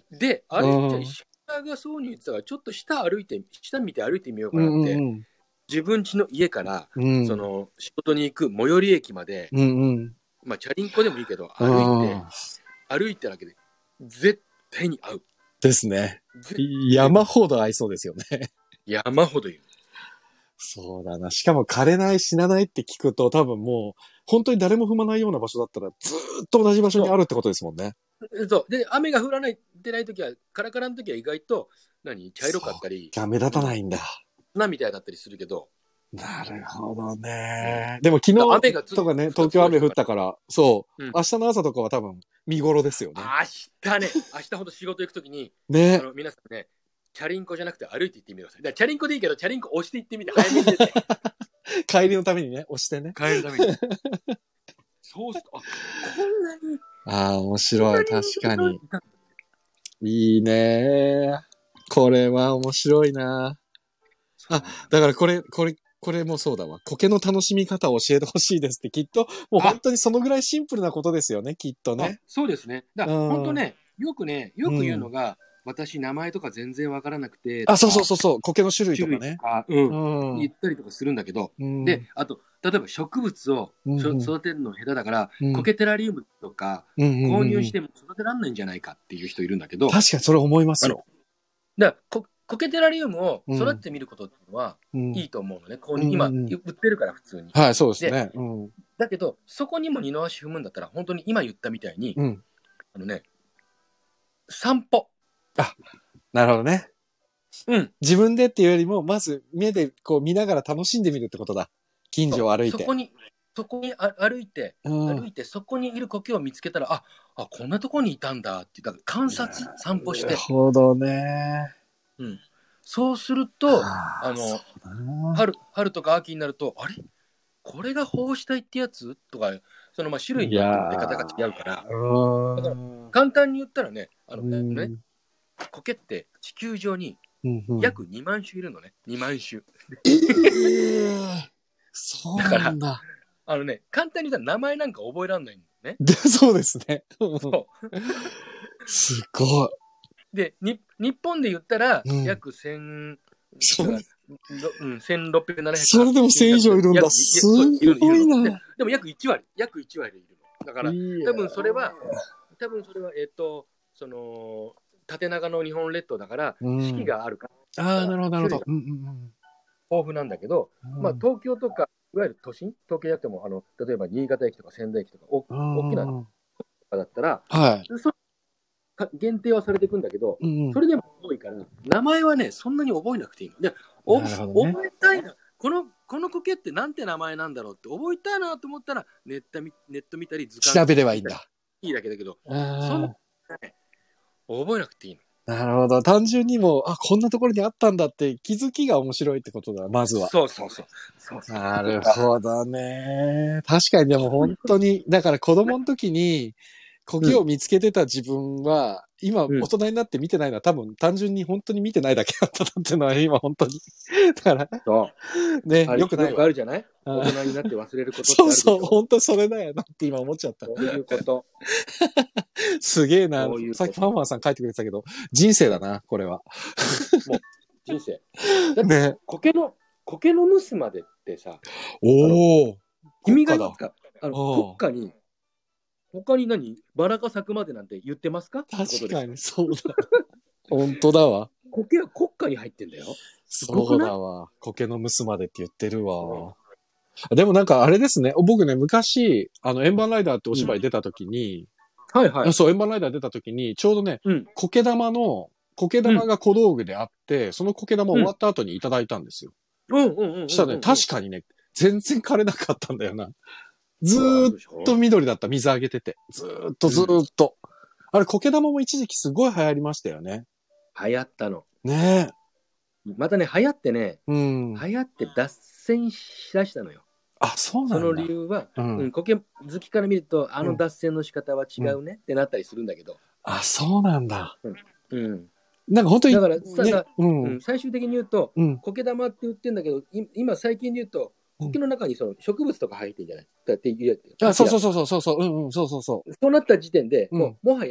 [SPEAKER 2] で、あれ、
[SPEAKER 3] うん
[SPEAKER 2] じゃあ石川がそうに言ってたから、ちょっと下歩いて、下見て歩いてみようかなって、
[SPEAKER 3] うんうん
[SPEAKER 2] 自分家の家から、
[SPEAKER 3] うん。
[SPEAKER 2] その、仕事に行く最寄り駅まで、
[SPEAKER 3] うんうん。
[SPEAKER 2] まあ、チャリンコでもいいけど、
[SPEAKER 3] うん
[SPEAKER 2] 歩いて、歩いてるだけで、絶対に合う。
[SPEAKER 3] ですね。
[SPEAKER 2] 絶対
[SPEAKER 3] 山ほど合いそうですよね。
[SPEAKER 2] 山ほど言う。
[SPEAKER 3] そうだな。しかも枯れない、死なないって聞くと多分もう、本当に誰も踏まないような場所だったらずーっと同じ場所にあるってことですもんね。
[SPEAKER 2] そう。で、雨が降らない、出ないときは、カラカラのときは意外と、何、茶色かったり、
[SPEAKER 3] が目立たないんだ。
[SPEAKER 2] 砂みたいだったりするけど。
[SPEAKER 3] なるほどね。でも昨
[SPEAKER 2] 雨が
[SPEAKER 3] 日とかね、東京雨降ったから、そう、
[SPEAKER 2] うん
[SPEAKER 3] 明日の朝とかは多分見頃ですよね。
[SPEAKER 2] 明日ね、明日ほど仕事行くときに、あ
[SPEAKER 3] ね。
[SPEAKER 2] の、皆さんね、チャリンコじゃなくて歩いて行ってみてください。だからチャリンコでいいけど、チャリンコ押して行ってみて、早めに出て。
[SPEAKER 3] 帰りのためにね、押してね。
[SPEAKER 2] 帰るために。そうすると、あ、こんなに。
[SPEAKER 3] ああ、面白い。確かに。
[SPEAKER 2] い。
[SPEAKER 3] いいね。これは面白いな。あ、だからこれ、これ、これもそうだわ。苔の楽しみ方を教えてほしいですって、きっと、もう本当にそのぐらいシンプルなことですよね、きっとね。
[SPEAKER 2] そうですね。だから、
[SPEAKER 3] うん
[SPEAKER 2] 本当ね、よくね、よく言うのが、私、名前とか全然わからなくて。
[SPEAKER 3] あ、そうそうそうそう、苔の種類とかね。
[SPEAKER 2] 種類とか、うん。
[SPEAKER 3] うん。
[SPEAKER 2] 言ったりとかするんだけど、
[SPEAKER 3] うん
[SPEAKER 2] で、あと、例えば植物を
[SPEAKER 3] うんうん
[SPEAKER 2] 育てるの下手だから、
[SPEAKER 3] うん
[SPEAKER 2] 苔テラリウムとか
[SPEAKER 3] うんうんうん
[SPEAKER 2] 購入しても育てられないんじゃないかっていう人いるんだけど、
[SPEAKER 3] 確かにそれ思いますよ。
[SPEAKER 2] だからこ苔テラリウムを育ててみることっていうのは
[SPEAKER 3] うん
[SPEAKER 2] いいと思うのね。購入今
[SPEAKER 3] うんうん
[SPEAKER 2] 売ってるから普通に。
[SPEAKER 3] はい、そうですね。うん。
[SPEAKER 2] だけど、そこにも二の足踏むんだったら、本当に今言ったみたいに、
[SPEAKER 3] うん。
[SPEAKER 2] あのね、散歩。
[SPEAKER 3] なるほどね。
[SPEAKER 2] うん。
[SPEAKER 3] 自分でっていうよりも、まず目でこう見ながら楽しんでみるってことだ。近所を歩いて。
[SPEAKER 2] そこに、そこにあ歩いて、
[SPEAKER 3] うん
[SPEAKER 2] 歩いて、そこにいる苔を見つけたら、あ、あ、こんなとこにいたんだって、だから観察、散歩し
[SPEAKER 3] なる
[SPEAKER 2] て、
[SPEAKER 3] ほどね。
[SPEAKER 2] うん。そうすると、
[SPEAKER 3] あー
[SPEAKER 2] あの、
[SPEAKER 3] そうだな
[SPEAKER 2] 春、春とか秋になると、あれこれが胞子体ってやつとか、そのまあ種類によっても出方が違うから、だから
[SPEAKER 3] うん
[SPEAKER 2] 簡単に言ったらね、あの
[SPEAKER 3] うん
[SPEAKER 2] ね、苔って地球上に
[SPEAKER 3] うんうん
[SPEAKER 2] 約にまん種いるのね。にまん種。
[SPEAKER 3] ええそうなんだ。
[SPEAKER 2] あのね、簡単に言ったら名前なんか覚えらんないんだよね。
[SPEAKER 3] でそうですね。
[SPEAKER 2] そう
[SPEAKER 3] すごい。
[SPEAKER 2] で、に日本で言ったら、
[SPEAKER 3] うん
[SPEAKER 2] 約千、
[SPEAKER 3] それ
[SPEAKER 2] うん、せんろっぴゃく、ななひゃく。
[SPEAKER 3] それでもせん以上いるんだ
[SPEAKER 2] 約
[SPEAKER 3] すごい
[SPEAKER 2] るるの
[SPEAKER 3] な
[SPEAKER 2] ででも約いち割、約いち割いるの。だから、
[SPEAKER 3] いや
[SPEAKER 2] 多分それは、多分それは、えっと、その、縦長の日本列島だから、
[SPEAKER 3] うん
[SPEAKER 2] 四季があるから、
[SPEAKER 3] ああ、なるほど、なるほど。
[SPEAKER 2] 種
[SPEAKER 3] うんうんうん
[SPEAKER 2] 豊富なんだけど、
[SPEAKER 3] うん
[SPEAKER 2] まあ、東京とか、いわゆる都心、東京じゃなくても、あの例えば新潟駅とか仙台駅とか、お大きなとかだったら、
[SPEAKER 3] はい。
[SPEAKER 2] そか限定はされていくんだけど、
[SPEAKER 3] うんうん
[SPEAKER 2] それでも多いから、名前はね、そんなに覚えなくていいの。で、お
[SPEAKER 3] なるほどね
[SPEAKER 2] 覚えたいな、この、この苔ってなんて名前なんだろうって覚えたいなと思ったら、ネット見ネット見たり、図鑑
[SPEAKER 3] 調べればいいんだ。
[SPEAKER 2] いいだけだけど、そん
[SPEAKER 3] あ
[SPEAKER 2] な、ね、覚えなくていいの。
[SPEAKER 3] あ、なるほど。単純にもう、あ、こんなところにあったんだって気づきが面白いってことだ、まずは。
[SPEAKER 2] そうそうそう。そうそう
[SPEAKER 3] なるほどね。確かにでも本当に、だから子供の時に苔を見つけてた自分は、今
[SPEAKER 2] うん
[SPEAKER 3] 大人になって見てないのは多分単純に本当に見てないだけだったなっていうのは今本当に。だから、
[SPEAKER 2] そう
[SPEAKER 3] ね、
[SPEAKER 2] あれ
[SPEAKER 3] よくないわ。
[SPEAKER 2] よくあるじゃない
[SPEAKER 3] うん
[SPEAKER 2] 大人になって忘れることってあるでしょ。
[SPEAKER 3] そうそう、本当それだよなって今思っちゃった。
[SPEAKER 2] そういうこと。
[SPEAKER 3] すげえな
[SPEAKER 2] そういうこ。と
[SPEAKER 3] さっきファンファンさん書いてくれてたけど、人生だな、これは。
[SPEAKER 2] 人生。だって、
[SPEAKER 3] ね。
[SPEAKER 2] 苔の、苔の盗までってさ、
[SPEAKER 3] おー。
[SPEAKER 2] 君が言
[SPEAKER 3] 国家だ。
[SPEAKER 2] ったあの
[SPEAKER 3] おう
[SPEAKER 2] 国家に、他に何バラが咲くまでなんて言ってますかってことです
[SPEAKER 3] 確かに、そうだ。本当だわ。
[SPEAKER 2] 苔は国家に入ってんだよ。
[SPEAKER 3] そうだわ。苔のむすまでって言ってるわ。でもなんかあれですね。僕ね、昔、あの、円盤ライダーってお芝居出た時に、
[SPEAKER 2] はいはい。
[SPEAKER 3] そう、円盤ライダー出た時に、ちょうどね、
[SPEAKER 2] うん。
[SPEAKER 3] 苔玉の、苔玉が小道具であって、その苔玉終わった後にいただいたんですよ。
[SPEAKER 2] うんうんうんうんうん。
[SPEAKER 3] したらね、確かにね、全然枯れなかったんだよな。ずーっと緑だった、水あげてて。ずーっとずーっと。あれ、苔玉も一時期すごい流行りましたよね。
[SPEAKER 2] 流行ったの。
[SPEAKER 3] ね
[SPEAKER 2] またね、流行ってね、
[SPEAKER 3] え。うん。
[SPEAKER 2] 流行って脱線しだしたのよ。
[SPEAKER 3] あ、そうなんだ。
[SPEAKER 2] その理由は、
[SPEAKER 3] う
[SPEAKER 2] うんん、苔好きから見ると、あの脱線の仕方は違うねってなったりするんだけど。
[SPEAKER 3] あ、そうなんだ。
[SPEAKER 2] うん。
[SPEAKER 3] なんか本当に、
[SPEAKER 2] だからさ
[SPEAKER 3] ね
[SPEAKER 2] さ、
[SPEAKER 3] う。
[SPEAKER 2] うんん、最終的に言うと、
[SPEAKER 3] うん。
[SPEAKER 2] 苔玉って言ってんだけど、い今最近で言うと、苔の中にその植物とか入ってんじゃないだって言うやつ。
[SPEAKER 3] あ、そうそうそうそうそうそう、うんうん、そうそうそ
[SPEAKER 2] そうなった時点で、
[SPEAKER 3] うん
[SPEAKER 2] もうもはや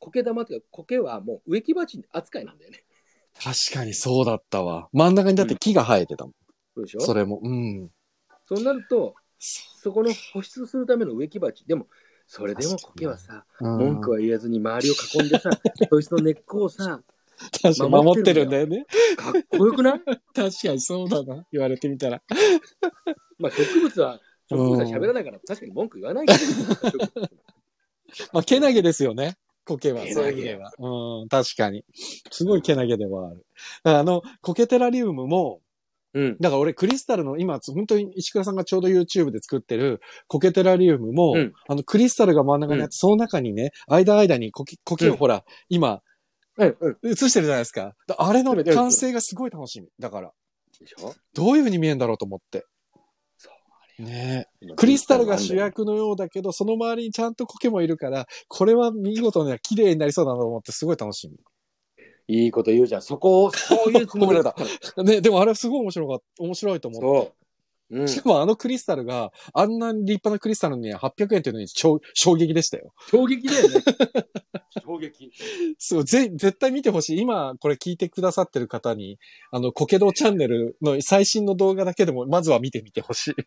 [SPEAKER 2] 苔玉っていうか、苔はもう植木鉢扱いなんだよね。
[SPEAKER 3] 確かにそうだったわ。真ん中にだって木が生えてたもん。
[SPEAKER 2] そうでしょ？
[SPEAKER 3] それも。うん。
[SPEAKER 2] そうなると、そこの保湿するための植木鉢。でも、それでも苔はさ、文句は言わずに周りを囲んでさ、そいつの根っこをさ、
[SPEAKER 3] 確かに守ってるんだよね。
[SPEAKER 2] かっこよくない？
[SPEAKER 3] 確かにそうだな。言われてみたら。
[SPEAKER 2] まあ植物は、植物は喋らないから、確かに文句言わないけど。
[SPEAKER 3] まあ、けなげですよね。苔は。
[SPEAKER 2] けなげ
[SPEAKER 3] そういう意味では。うん、確かに。すごいけなげではある。あの、苔テラリウムも、
[SPEAKER 2] うん。
[SPEAKER 3] だから俺クリスタルの今、本当に石倉さんがちょうど YouTube で作ってる苔テラリウムも、
[SPEAKER 2] うん、
[SPEAKER 3] あのクリスタルが真ん中にあって、うん、その中にね、間間に苔、苔をほら、うん、今、
[SPEAKER 2] うんうん、
[SPEAKER 3] 映してるじゃないですか。あれの完成がすごい楽しみ。だから。でしょ？どういう風に見えるんだろうと思って。そうねえ。クリスタルが主役のようだけど、その周りにちゃんと苔もいるから、これは見事に綺麗になりそうだなと思ってすごい楽しみ。
[SPEAKER 2] いいこと言うじゃん。そこを、そういうつもりだ。
[SPEAKER 3] ね、でもあれはすごい面白かった、面白いと思って。
[SPEAKER 2] そう。うん、
[SPEAKER 3] しかもあのクリスタルが、あんな立派なクリスタルにはっぴゃくえんっていうのに衝撃でしたよ。
[SPEAKER 2] 衝撃だよね。衝撃。
[SPEAKER 3] そう、ぜ、絶対見てほしい。今、これ聞いてくださってる方に、あの、コケドチャンネルの最新の動画だけでも、まずは見てみてほしい。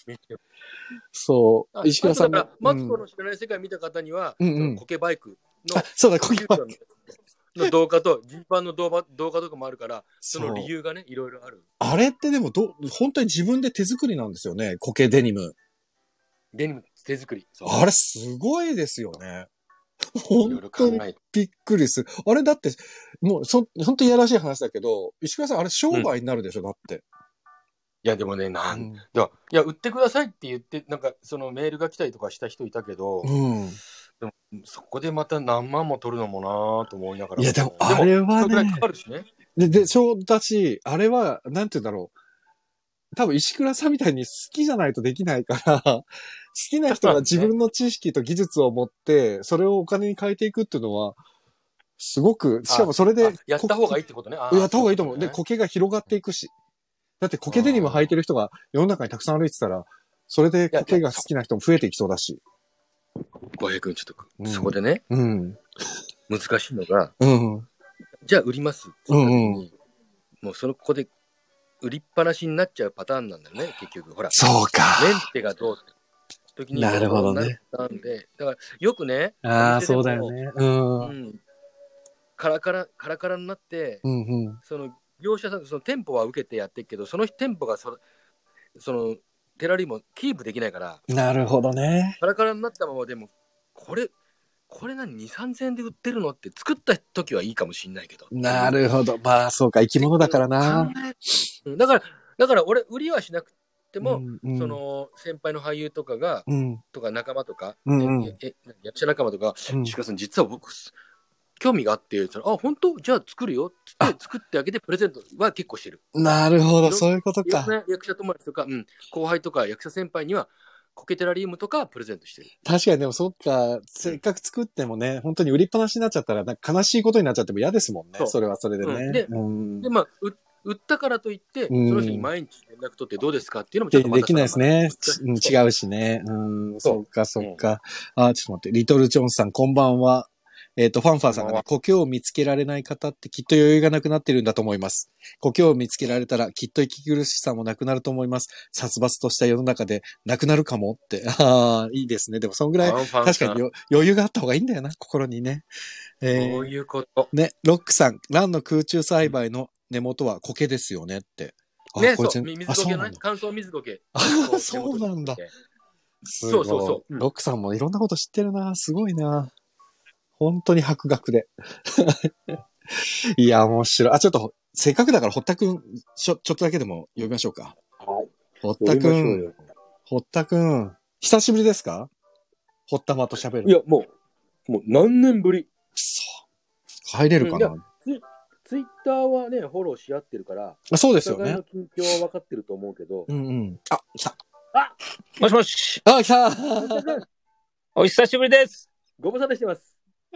[SPEAKER 3] そう。石倉さん
[SPEAKER 2] が。マツコの知らない世界見た方には、うんうん、コケバイクの。
[SPEAKER 3] あ、そうだ、コケバイク。
[SPEAKER 2] の動画と、ジーパンの動画、動画とかもあるから、その理由がね、いろいろある。
[SPEAKER 3] あれってでもど、本当に自分で手作りなんですよね、コケデニム。
[SPEAKER 2] デニム、手作り。
[SPEAKER 3] あれすごいですよね。本当にびっくりする。あれだって、もう、そ、本当にやらしい話だけど、石倉さん、あれ商売になるでしょ、うん、だって。
[SPEAKER 2] いや、でもね、なん、うん、いや、いや、売ってくださいって言って、なんか、そのメールが来たりとかした人いたけど、うん。でも、そこでまた何万も取るのもなぁと思いながら。
[SPEAKER 3] いや、でも、あれはね。
[SPEAKER 2] かかるしね。
[SPEAKER 3] で、で、そうだし、あれは、なんて言うんだろう。多分、石倉さんみたいに好きじゃないとできないから、好きな人が自分の知識と技術を持って、それをお金に変えていくっていうのは、すごく、しかもそれで。
[SPEAKER 2] やった方がいいってことね。
[SPEAKER 3] やった方がいいと思う。で、苔が広がっていくし。だって、苔デニム履いてる人が世の中にたくさん歩いてたら、それで苔が好きな人も増えていきそうだし。
[SPEAKER 2] 浩平君、ちょっと、うん、そこでね、うん、難しいのが、
[SPEAKER 3] うん、
[SPEAKER 2] じゃあ売りますって言った時に、うんうん、もうそのここで売りっぱなしになっちゃうパターンなんだよね、結局。ほら。
[SPEAKER 3] そうか。
[SPEAKER 2] メンテがどうって時に。
[SPEAKER 3] なるほどね。
[SPEAKER 2] なるで、だからよくね、
[SPEAKER 3] ああ、そうだよね。うん。うん、
[SPEAKER 2] カラカラ、カラカラになって、
[SPEAKER 3] うんうん、
[SPEAKER 2] その業者さん、その店舗は受けてやってるけど、その店舗がそ、その、テラリウムキープできないから。
[SPEAKER 3] なるほどね。
[SPEAKER 2] カラカラになったままでも、これ、これ何に、さんぜんえんで売ってるのって作った時はいいかもしんないけど。
[SPEAKER 3] なるほど。まあ、そうか、生き物だからな。
[SPEAKER 2] だから、だから俺、売りはしなくても、うんうん、その、先輩の俳優とかが、うん、とか仲間とか、うんうん、え役者仲間とか、石川さん、実は僕、興味があって、そのあ、本当じゃあ作るよって作ってあげてプレゼントは結構してる。
[SPEAKER 3] なるほど、そういうことか。
[SPEAKER 2] いろんな役者友達とか、うん、後輩とか役者先輩には、コケテラリウムとかプレゼントしてる。
[SPEAKER 3] 確かにでもそっか、せっかく作ってもね、本当に売りっぱなしになっちゃったら、なんか悲しいことになっちゃっても嫌ですもんね。そ, それはそれでね。うん、
[SPEAKER 2] で、
[SPEAKER 3] うん、
[SPEAKER 2] で、まあ、売ったからといって、うん、その人に毎日連絡取ってどうですかっていうのも
[SPEAKER 3] ちょっとできないですね。うん、違うしね。うん、そっかそっか。うん、あ、ちょっと待って。リトル・ジョンさん、こんばんは。えっと、ファンファーさんがね、苔を見つけられない方ってきっと余裕がなくなってるんだと思います。苔を見つけられたらきっと息苦しさもなくなると思います。殺伐とした世の中でなくなるかもって。ああ、いいですね。でもそんぐらい確かに余裕があった方がいいんだよな、心にね。
[SPEAKER 2] えー、そういうこと。
[SPEAKER 3] ね、ロックさん、ランの空中栽培の根元は苔ですよねって。
[SPEAKER 2] あ、ね、そう、水苔ね。乾燥水苔。
[SPEAKER 3] あ、そうなんだ。
[SPEAKER 2] そうそうそう。
[SPEAKER 3] ロックさんもいろんなこと知ってるな。すごいな。本当に博学で。いや、面白い。あ、ちょっと、せっかくだから、堀田くん、ちょ、ちょっとだけでも呼びましょうか。
[SPEAKER 2] はい。
[SPEAKER 3] 堀田くん、堀田くん、久しぶりですか？堀田まと喋る。
[SPEAKER 2] いや、もう、もう何年ぶり。
[SPEAKER 3] そう。入れるかな、うん、
[SPEAKER 2] ツ, ツイッターはね、フォローし合ってるから、
[SPEAKER 3] あ、そうですよね。
[SPEAKER 2] お互いの近況は分かってると思うけど。
[SPEAKER 3] うんうん。あ、来た。
[SPEAKER 2] あ、もしもし。
[SPEAKER 3] あ、来た。
[SPEAKER 4] お久しぶりです。
[SPEAKER 2] ご無沙汰してます。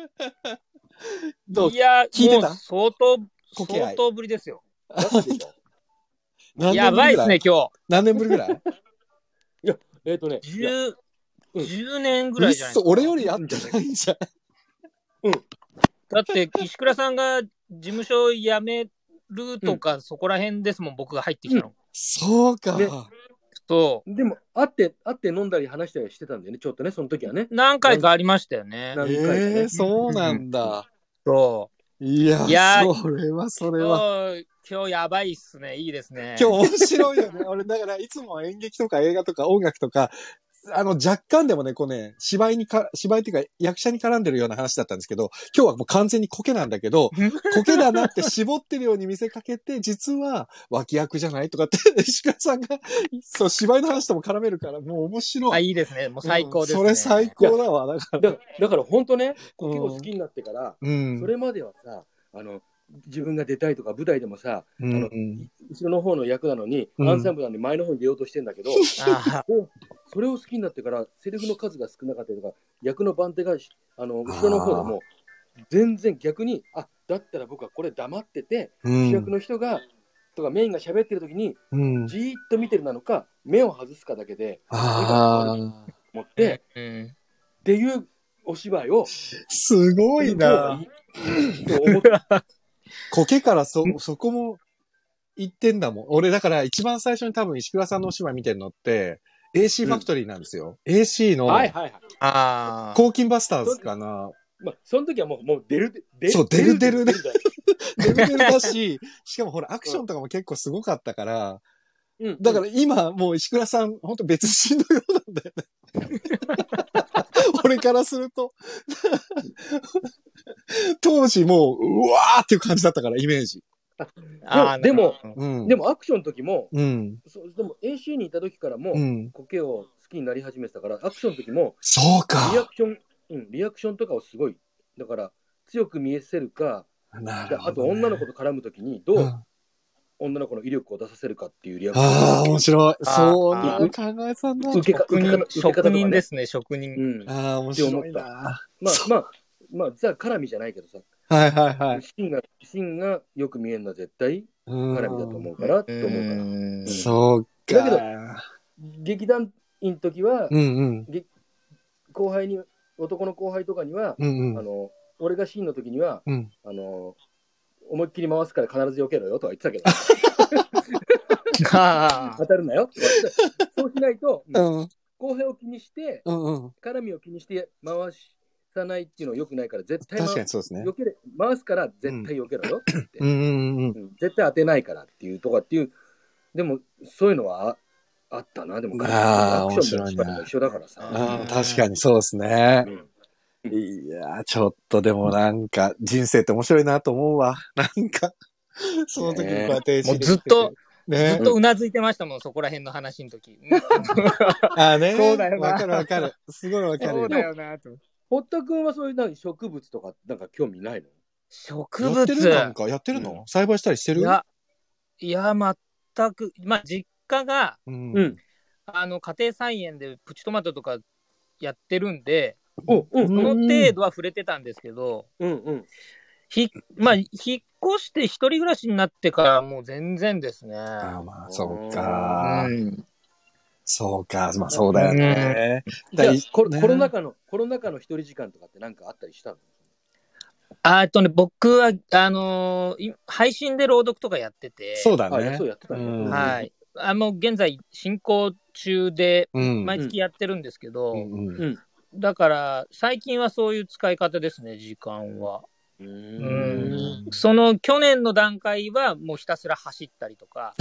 [SPEAKER 3] どう
[SPEAKER 4] いや、
[SPEAKER 3] 聞いてた？
[SPEAKER 4] もう相当、相当ぶりですよ。
[SPEAKER 3] 何年ぶりぐらい？
[SPEAKER 4] やばいっすね、今日。
[SPEAKER 3] 何年ぶりぐらい？
[SPEAKER 2] いや、えっ、ー、とね。
[SPEAKER 4] じゅう、じゅうねんぐらいじゃないですか。
[SPEAKER 3] 俺よりやってないんじゃん。
[SPEAKER 2] うん。
[SPEAKER 4] だって石倉さんが事務所辞めるとか、うん、そこら辺ですもん、僕が入ってきたの。うん、
[SPEAKER 3] そうか。ね、
[SPEAKER 4] そう。
[SPEAKER 2] でも会って会って飲んだり話したりしてたんだよね、ちょっとね、その時はね。
[SPEAKER 4] 何回かありましたよね。
[SPEAKER 3] 何回かね。えー、そうなんだ。うん、
[SPEAKER 4] そう。
[SPEAKER 3] いや、いやそれはそれは。
[SPEAKER 4] 今日やばいっすね。いいですね。
[SPEAKER 3] 今日面白いよね。俺、だからいつも演劇とか映画とか音楽とか、あの、若干でもね、こうね、芝居にか、芝居っていうか役者に絡んでるような話だったんですけど、今日はもう完全にコケなんだけど、コケだなって絞ってるように見せかけて、実は脇役じゃないとかって、石川さんが、そう、芝居の話とも絡めるから、もう面白い。
[SPEAKER 4] あ、いいですね。もう最高ですね。
[SPEAKER 3] うん、それ最高だわ。だから。
[SPEAKER 2] だだから本当ね、コケを好きになってから、うん、それまではさ、あの、自分が出たいとか舞台でもさ、うん、あの後ろの方の役なのに、うん、アンサンブルなんで前の方に出ようとしてんだけど、あそれを好きになってからセリフの数が少なかったりとか役の番手があの後ろの方でも全然逆にあだったら僕はこれ黙ってて、うん、主役の人がとかメインが喋ってる時に、うん、じーっと見てるなのか目を外すかだけで目が変わると思って、うん、っていうお芝居を
[SPEAKER 3] すごいなと思ってコケからそ、そこも言ってんだもん。俺だから一番最初に多分石倉さんのお芝居見てるのって、エーシー ファクトリーなんですよ。うん、エーシー の、
[SPEAKER 2] はいはいはい。
[SPEAKER 3] ああ。コーキンバスターズかな。
[SPEAKER 2] まあ、その時はもう、もう出る、
[SPEAKER 3] 出る。そう、出る出る出る。出る出るだし、しかもほら、アクションとかも結構すごかったから、うん、だから今、もう石倉さん、ほんと別人のようなんだよね。俺からすると。当時もう、うわーっていう感じだったから、イメージ。
[SPEAKER 2] あでも、うん、でもアクションの時も、うん、そでも エーシー にいた時からも、うん、コケを好きになり始めてたから、アクションの時も、
[SPEAKER 3] そうか。
[SPEAKER 2] リアクション、うん、リアクションとかをすごい、だから強く見えせるか、なるほどね、あと女の子と絡む時にどう、うん、女の子の威力を出させるかっていうリアクション。
[SPEAKER 3] ああ、面白い。そうな考えたんだ。
[SPEAKER 4] 受け職人、ね、職人ですね、職人。
[SPEAKER 3] うん、ああ、面白いな。
[SPEAKER 2] まあまあ、まあ、ザ・絡みじゃないけどさ。
[SPEAKER 3] はいはいはい。
[SPEAKER 2] シーンが、シーンがよく見えるのは絶対絡みだと思うから、と思うから。うん、
[SPEAKER 3] そうか。
[SPEAKER 2] だけど、劇団員の時は、うんうん、後輩に、男の後輩とかには、うんうん、あの、俺がシーンの時には、うん、あの、思いっきり回すから必ず避けろよとは言ってたけど。当たるなよ。そうしないと、うん、後輩を気にして、うんうん、絡みを気にして回し、さないっていうのは良くないから絶対
[SPEAKER 3] 確かにそうですね。
[SPEAKER 2] 避けれ回すから絶対避けろよって、うんうんうん、絶対当てないからっていうとかっていうでもそういうのは あ, あったなでも
[SPEAKER 3] あ
[SPEAKER 2] アクションも芝居も一緒だからさ
[SPEAKER 3] あ確かにそうですね、うん、いやちょっとでもなんか人生って面白いなと思うわなんかその時にこうやって、
[SPEAKER 4] ね、もうずっとね、ずっとうなずいてましたもん、うん、そこら辺の話の時
[SPEAKER 3] ああね
[SPEAKER 4] そうだよな
[SPEAKER 3] わかるわかるすごいわかる
[SPEAKER 4] そうだよなと
[SPEAKER 2] 堀田君はそういうなんか植物とかなんか興味ないの？
[SPEAKER 4] 植物
[SPEAKER 3] やってるなんかやってるの、うん、栽培したりしてる？
[SPEAKER 4] いや、いや全く、まあ実家が、うん、あの家庭菜園でプチトマトとかやってるんで、うんうん、その程度は触れてたんですけど、うんうん、ひまあ引っ越して一人暮らしになってからもう全然ですね。
[SPEAKER 3] ああまあそうか。うんそうか、まあそうだよね。
[SPEAKER 2] じゃあコロ、コロナ禍の、コロナ禍の一人時間とかって何かあったりしたの？
[SPEAKER 4] あとね、僕は、あのー、配信で朗読とかやってて。
[SPEAKER 3] そうだね。
[SPEAKER 2] そうやってたね。うん、
[SPEAKER 4] はい。あの、現在進行中で、毎月やってるんですけど、うんうんうん、だから、最近はそういう使い方ですね、時間は。うーんその去年の段階はもうひたすら走ったりとか。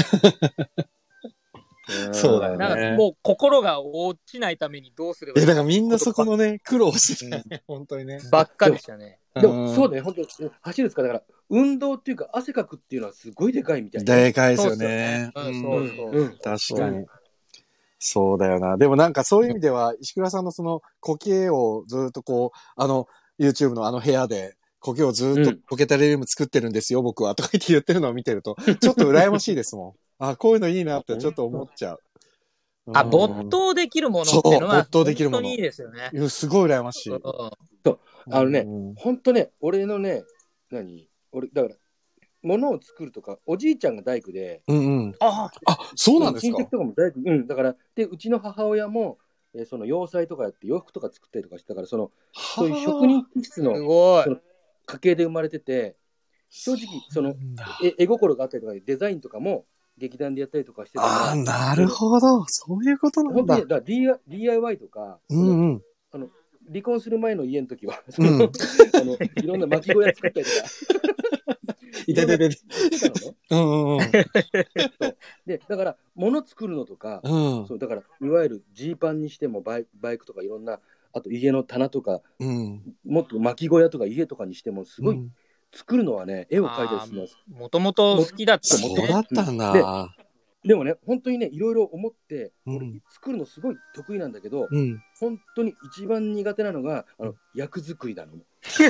[SPEAKER 3] そうだよね。
[SPEAKER 4] なんかもう心が落ちないためにどうすればいい
[SPEAKER 3] か。え、だからみんなそこのね、苦労してたよね、うん、本当にね。
[SPEAKER 4] ばっかでしたね。
[SPEAKER 2] でも、そうだね、本当に走るつか、だから、運動っていうか、汗かくっていうのはすごいでかいみたいな。
[SPEAKER 3] でかいですよね。
[SPEAKER 4] そうそうそう。
[SPEAKER 3] 確かに。そうだよな。でもなんかそういう意味では、石倉さんのその、苔をずっとこう、あの、YouTube のあの部屋で、苔をずっと苔タリウム作ってるんですよ、僕は。とか言って言ってるのを見てると、ちょっと羨ましいですもん。あ、こういうのいいなってちょっと思っちゃう。
[SPEAKER 4] あ、没頭できるものっていうのは、没頭できるもの。本当にいいですよね。
[SPEAKER 3] すごい羨ましい。
[SPEAKER 2] そう。あのね、ほんとね、俺のね、何俺、だから、物を作るとか、おじいちゃんが大工で。
[SPEAKER 3] うんうん。ああ、そうなんですか。
[SPEAKER 2] 親戚とかも大工。うん。だから、で、うちの母親も、えー、その洋裁とかやって洋服とか作ったりとかしてたから、その、そういう職人気質の、
[SPEAKER 4] すごい。
[SPEAKER 2] 家系で生まれてて、正直、その、え絵心があったりとか、デザインとかも劇団でやったりとかしてたから。
[SPEAKER 3] ああ、なるほど。そういうことなんだ。
[SPEAKER 2] 本当に、だから ディーアイワイ とか、
[SPEAKER 3] うんうん。
[SPEAKER 2] あの、離婚する前の家の時は、うん、あのいろんな巻き小屋作ったりとか。
[SPEAKER 3] いたいたいた。うんうんうん。
[SPEAKER 2] で、だから、物作るのとか、うん、そう、だから、いわゆるジーパンにしてもバイ、バイクとかいろんな、あと家の棚とか、うん、もっと巻き小屋とか家とかにしても、すごい、作るのはね、絵を描いたりするのは。
[SPEAKER 4] もともと好きだった
[SPEAKER 3] もんね。そうだったんだ。
[SPEAKER 2] で、でもね、本当にね、いろいろ思って、うん、俺、作るのすごい得意なんだけど、うん、本当に一番苦手なのが、あの、役作りなの。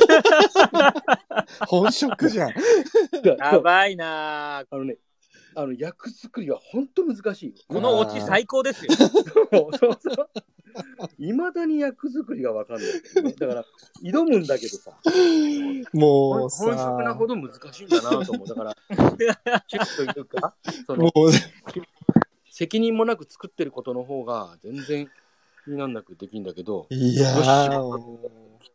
[SPEAKER 3] 本職じゃん。
[SPEAKER 4] やばいなぁ。
[SPEAKER 2] あのね、あの、役作りは本当難しい。
[SPEAKER 4] このオチ最高ですよ。
[SPEAKER 2] そうそうそう。いまだに役作りが分かんない、ね。だから、挑むんだけどさ。
[SPEAKER 3] もう
[SPEAKER 2] 本職なほど難しいんだなと思う。だから、チェックというか、その、責任もなく作ってることの方が全然気になんなくできるんだけど、
[SPEAKER 3] いやー。
[SPEAKER 2] 切って。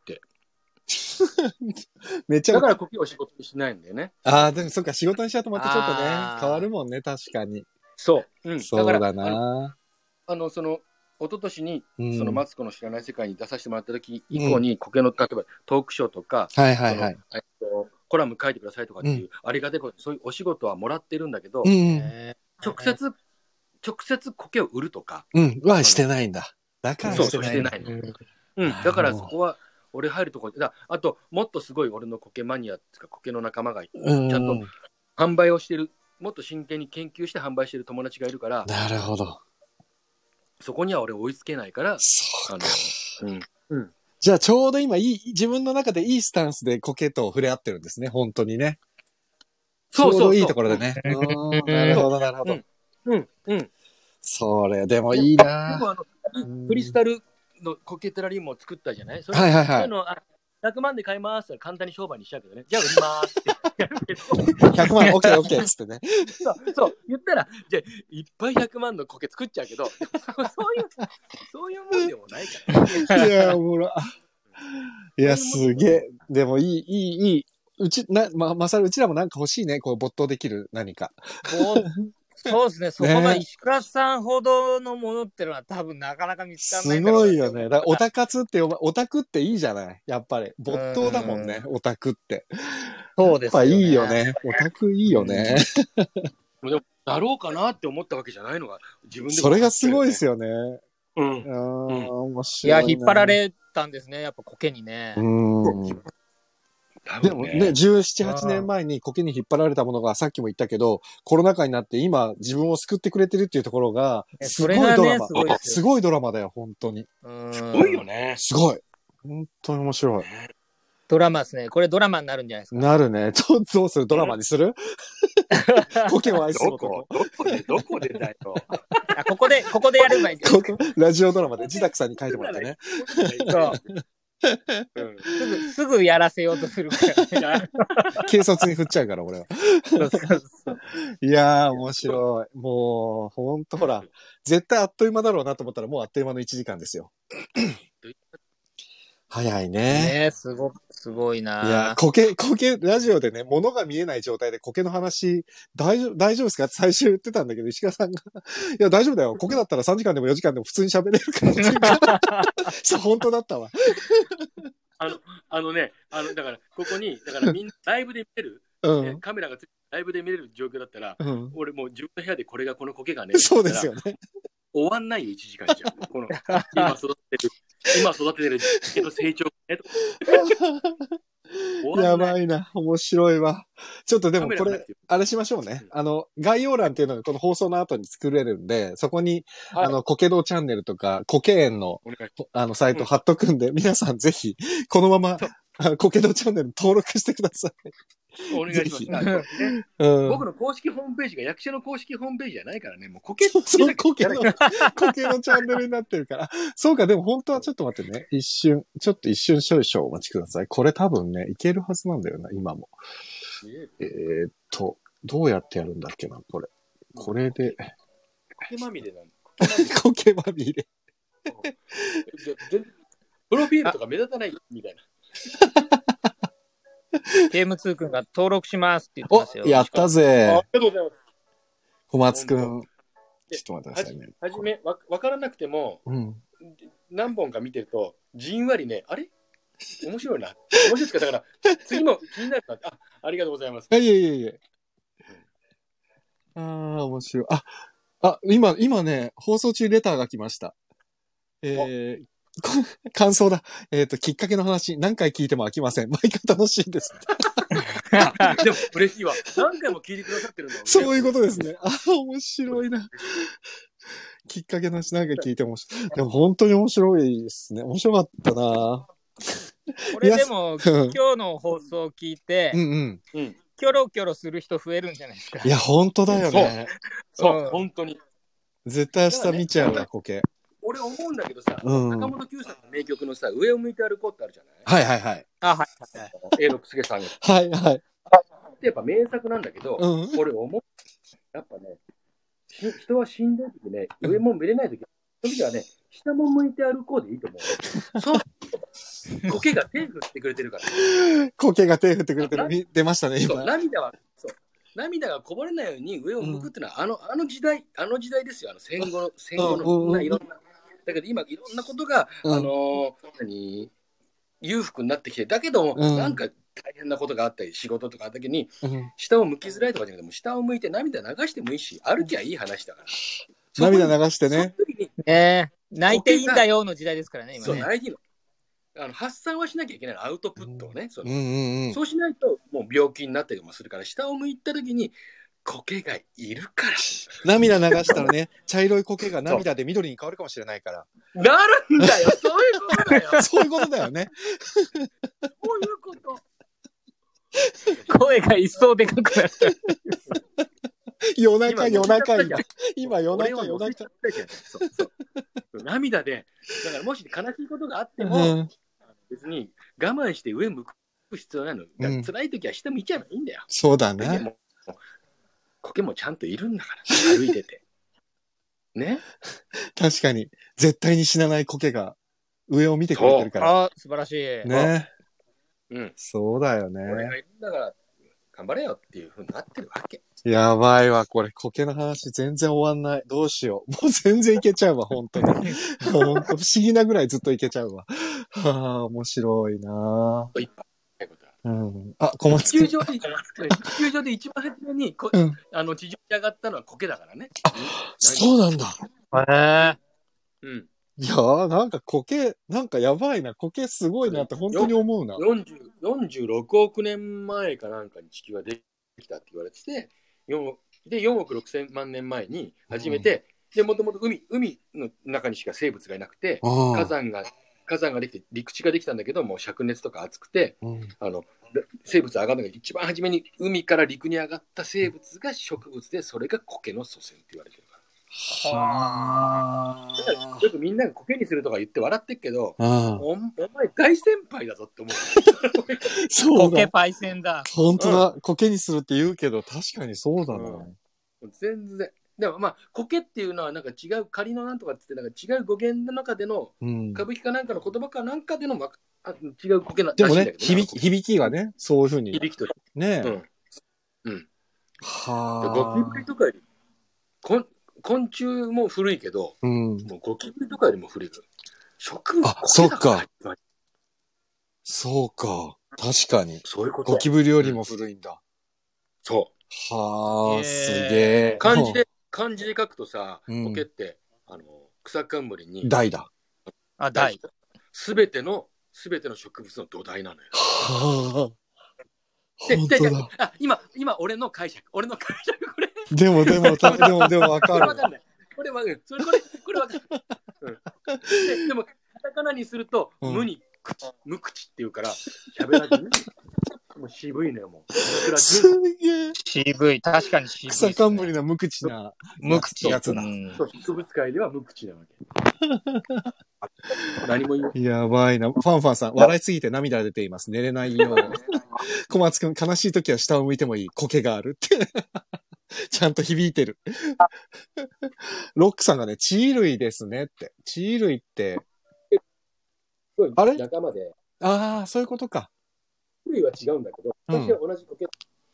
[SPEAKER 3] めっちゃ。
[SPEAKER 2] だから苔を仕事にしないんだよね。
[SPEAKER 3] ああ、でもそっか、仕事にしちゃうとまたちょっとね、変わるもんね、確かに。
[SPEAKER 2] そう。
[SPEAKER 3] うん。そうだな。
[SPEAKER 2] あの、あのその、一昨年に、うん、そのマツコの知らない世界に出させてもらった時以降に、うん、苔の、例えばトークショーとか、
[SPEAKER 3] はいはいはい。
[SPEAKER 2] えっと、コラム書いてくださいとかっていう、うん、ありがたいこと、そういうお仕事はもらってるんだけど、
[SPEAKER 3] うん、
[SPEAKER 2] 直接、直接苔を売るとか。
[SPEAKER 3] うん、はしてないんだ。だから
[SPEAKER 2] してない。そう、してないの。うん、だからそこは、俺入るところだ。あと、もっとすごい俺の苔マニアっていうか、苔の仲間がちゃんと販売をしてる、もっと真剣に研究して販売してる友達がいるから。
[SPEAKER 3] なるほど。
[SPEAKER 2] そこには俺追いつけないから。
[SPEAKER 3] そうか。
[SPEAKER 2] あの、うん。うん。
[SPEAKER 3] じゃあちょうど今いい、自分の中でいいスタンスで苔と触れ合ってるんですね、本当にね。
[SPEAKER 2] そうそうそう。
[SPEAKER 3] ちょうどいいところでね。うん、なるほど、なるほど。
[SPEAKER 2] うん、うん。
[SPEAKER 3] それ、でもいいな。
[SPEAKER 2] でもあの、クリスタルの苔テラリウムを作ったじゃない？それ
[SPEAKER 3] はいはいはい。
[SPEAKER 2] そういうのあひゃくまんで買いますって簡単に商売にしちゃうけどね。じゃあ売りますってやるけど。
[SPEAKER 3] ひゃくまん、オッケーオッケーっつってね。
[SPEAKER 2] そう、そう、言ったら、じゃあいっぱいひゃくまんの苔作っちゃうけど、そういう、そういうもんでもないから。
[SPEAKER 3] いや、おもろ。いや、すげえ。でもいい、いい、いい。うち、な、ま、まさるうちらもなんか欲しいね。こう、没頭できる何か。
[SPEAKER 4] そうですね。そこの石倉さんほどのものってのは多分なかなか見つからないんだろう。
[SPEAKER 3] すごいよね。だからオタ活って呼ば、オタクっていいじゃないやっぱり。没頭だもんね、オタクって。
[SPEAKER 4] そうですよね。
[SPEAKER 3] やっぱいいよね。オタクいいよね。
[SPEAKER 2] でも、だろうかなって思ったわけじゃないのが、自分でも、ね。
[SPEAKER 3] それがすごいですよね。
[SPEAKER 2] うん。
[SPEAKER 3] うん、面白
[SPEAKER 4] い。いや、引っ張られたんですね。やっぱ苔にね。
[SPEAKER 3] うん。でもね、じゅうなな、はちねんまえに苔に引っ張られたものがさっきも言ったけど、コロナ禍になって今自分を救ってくれてるっていうところが、すごいドラマ。すごい、ね、すごいドラマだよ、本当に。
[SPEAKER 2] すごいよね。
[SPEAKER 3] すごい。本当に面白い。
[SPEAKER 4] ドラマですね。これドラマになるんじゃないですか。
[SPEAKER 3] なるね。どどうするドラマにする苔を愛する
[SPEAKER 2] 男。どこで、どこでだよ。
[SPEAKER 4] あ、ここで、ここでやればいいんですか。
[SPEAKER 3] ラジオドラマで自宅さんに書いてもらってね。
[SPEAKER 4] そう。うん、すぐ、すぐやらせようとするから、ね。
[SPEAKER 3] 軽率に振っちゃうから、俺は。そうそうそういやー、面白い。もう、ほんとほら、絶対あっという間だろうなと思ったら、もうあっという間のいちじかんですよ。早いね。
[SPEAKER 4] ねすご、すごいな。
[SPEAKER 3] いや、苔、苔、ラジオでね、物が見えない状態で苔の話、大丈夫、大丈夫ですかって最初言ってたんだけど、石川さんが、いや、大丈夫だよ。苔だったらさんじかんでもよじかんでも普通に喋れるからっていうか。そう、本当だったわ。
[SPEAKER 2] あの、あのね、あの、だから、ここに、だからみんなライブで見れる、うん、カメラがついてライブで見れる状況だったら、うん、俺もう自分の部屋でこれがこの苔がね、
[SPEAKER 3] そうですよね。
[SPEAKER 2] 終わんないよ、いちじかんじゃん。この、今育ててる、今育ててる毛の成長ね、と
[SPEAKER 3] やばいな、面白いわ。ちょっとでもこれ、あれしましょうね。あの、概要欄っていうのがこの放送の後に作れるんで、そこに、はい、あの、苔道チャンネルとか、苔園の、あの、サイト貼っとくんで、うん、皆さんぜひ、このまま、苔道チャンネル登録してください。
[SPEAKER 2] お願いします、ねうん。僕の公式ホームページが役者の公式ホームページじゃないからね、もう苔
[SPEAKER 3] そうそう苔の、苔のチャンネルになってるから。そうか、でも本当はちょっと待ってね。一瞬、ちょっと一瞬少々お待ちください。これ多分ね、いけるはずなんだよな、今も。えー、っと、どうやってやるんだっけな、これ。これで。
[SPEAKER 2] 苔まみれなの。
[SPEAKER 3] 苔まみれ。
[SPEAKER 2] プロフィールとか目立たないみたいな。
[SPEAKER 4] ケーエムツー 君が登録しますって言ってますよ。
[SPEAKER 3] お、やったぜ。
[SPEAKER 2] ありがとうございます。
[SPEAKER 3] 小松くん。ちょっと待ってくださいね。
[SPEAKER 2] はじめ、わ、わからなくても、うん、何本か見てると、じんわりね、あれ面白いな。面白いですかだから、次も気になるな。あ、ありがとうございます。
[SPEAKER 3] いえいえいえ。ああ、面白い。あ、あ、今、今ね、放送中レターが来ました。えー、感想だ。えっ、ー、と、きっかけの話、何回聞いても飽きません。毎回楽しいです。
[SPEAKER 2] でも嬉しいわ。何回も聞いてくださってるんだ。
[SPEAKER 3] そういうことですね。ああ、面白いな。きっかけの話何回聞いても面白い。でも本当に面白いですね。面白かったな。
[SPEAKER 4] これでも、今日の放送を聞いて、うんうんうん、キョロキョロする人増えるんじゃないですか。
[SPEAKER 3] いや、本当だよね。
[SPEAKER 2] そう、そう、本当に。
[SPEAKER 3] 絶対明日見ちゃうわ、コケ。
[SPEAKER 2] 俺思うんだけどさ、うん、坂本九さんの名曲のさ、上を向いて歩こうってあるじゃない？
[SPEAKER 3] はいはいはい。
[SPEAKER 4] あ、はい。
[SPEAKER 2] 永六輔さんが。
[SPEAKER 3] はいはい。
[SPEAKER 2] やっぱ名作なんだけど、うん、俺思う。やっぱね、人は死んでる時ね、上も見れない時、その時はね、下も向いて歩こうでいいと思う。そう。苔が手振ってくれてるから。
[SPEAKER 3] 苔が手振ってくれてる。出ましたね、今。
[SPEAKER 2] 涙は、そう。涙がこぼれないように上を向くっていうのは、うん、あの、あの時代、あの時代ですよ。あの戦後の、戦後の、うん、いろんな。だけど今、いろんなことが、うん、あのー、何、裕福になってきて、だけど、うん、なんか大変なことがあったり、仕事とかあった時に、うん、下を向きづらいとかじゃなくても、下を向いて涙流してもいいし、歩きゃいい話だから。
[SPEAKER 3] 涙流してね。
[SPEAKER 4] ねえ、泣いていいんだよの時代ですからね、今ね。
[SPEAKER 2] そう、泣いていいの。あの発散はしなきゃいけないの、アウトプットをね、うん、その、うんうんうん、そうしないともう病気になったりもするから、下を向いた時に苔がいるから
[SPEAKER 3] 涙流したらね、茶色い苔が涙で緑に変わるかもしれないから
[SPEAKER 2] なるんだよ。そういうことだよ。
[SPEAKER 3] そういうことだよね。
[SPEAKER 2] そういうこと
[SPEAKER 4] 声が一層でかくなった
[SPEAKER 3] 夜中夜中今夜中夜中
[SPEAKER 2] そうそう涙で、だからもし悲しいことがあっても、うん、別に我慢して上向く必要ないの。だから辛い時は下向いちゃえばいいんだよ。うん、
[SPEAKER 3] そうだね。
[SPEAKER 2] も苔もちゃんといるんだから、歩いてて。ね。
[SPEAKER 3] 確かに。絶対に死なない苔が上を見てくれてるから。
[SPEAKER 4] あ、素晴らしい。
[SPEAKER 3] ね。
[SPEAKER 2] うん。
[SPEAKER 3] そうだよね。
[SPEAKER 2] 俺がいるんだから、頑張れよっていうふうになってるわけ。
[SPEAKER 3] やばいわ、これ、苔の話全然終わんない。どうしよう。もう全然いけちゃうわ、本当に。本当不思議なぐらいずっといけちゃうわ。はあ、面白いなぁ。うん、あ、小松
[SPEAKER 2] 地球上で、地球上で一番初めにこ、うん、あの地上に上がったのは苔だからね。
[SPEAKER 3] あ、そうなんだ。
[SPEAKER 4] へ
[SPEAKER 2] え。うん。
[SPEAKER 3] いやー、なんか苔、なんかやばいな。苔すごいなって本当に思うな。
[SPEAKER 2] よんじゅう、よんじゅうろくおくねんまえかなんかに地球ができたって言われてて、で、よんおくろくせんまんねんまえに初めて、うん、で、もともと海、海の中にしか生物がいなくて、火山が、火山ができて、陸地ができたんだけど、もう灼熱とか暑くて、うん、あの、生物上がるのが一番初めに海から陸に上がった生物が植物で、それが苔の祖先って言われてるから。はあ。よくみんなが苔にするとか言って笑ってるけど、お, お前大先輩だぞって思う。
[SPEAKER 3] そうだ。
[SPEAKER 4] 苔パイセンだ。
[SPEAKER 3] 本当だ、うん。苔にするって言うけど、確かにそうだな。
[SPEAKER 2] うん、全然。でもまあ、苔っていうのはなんか違う、仮のなんとかって言って、なんか違う語源の中での、うん、歌舞伎かなんかの言葉かなんかでの、まあ、違う苔なん
[SPEAKER 3] だけど。でもね、響き、響きがね、そういうふうに。
[SPEAKER 2] 響きとして。
[SPEAKER 3] ねえ。
[SPEAKER 2] うん。うん。
[SPEAKER 3] はあ。
[SPEAKER 2] ゴキブリとかより、昆虫も古いけど、うん、もうゴキブリとかよりも古い。植物。
[SPEAKER 3] あ、そっか。そうか。確かに。
[SPEAKER 2] そういうこと。
[SPEAKER 3] ゴキブリよりも古いんだ。うん、
[SPEAKER 2] そう。
[SPEAKER 3] はあ、すげえ。
[SPEAKER 2] 漢字で、漢字で書くとさ、苔って、あの、草冠に。
[SPEAKER 3] 大だ。
[SPEAKER 4] あ、大。
[SPEAKER 2] すべての、すべての植物の土台なのよ。
[SPEAKER 3] はあ。
[SPEAKER 2] で、で、あ、今、今、俺の解釈。俺の解釈、これ。
[SPEAKER 3] でも、でも、でも、でも、わかる。
[SPEAKER 2] これわかんない。これわかる。それ、これ、これわかる。うん。で、でも、カタカナにすると、うん、無に、無口っていうから、喋らずに。もう渋いね、もう。
[SPEAKER 3] すげえ。
[SPEAKER 4] 渋い。確かに渋い、ね。
[SPEAKER 3] 草冠の無口な
[SPEAKER 4] 無口
[SPEAKER 3] やつだ。
[SPEAKER 2] そう、植物界では無口なわけ。何も言う。
[SPEAKER 3] やばいな。ファンファンさん、笑いすぎて涙が出ています。寝れないよう。小松くん、悲しい時は下を向いてもいい。苔があるって。ちゃんと響いてる。ロックさんがね、地衣類ですねって。地衣類って。あれ
[SPEAKER 2] 仲間で。
[SPEAKER 3] ああ、そういうことか。
[SPEAKER 2] 種類は違うんだけど、私は同じ苔で、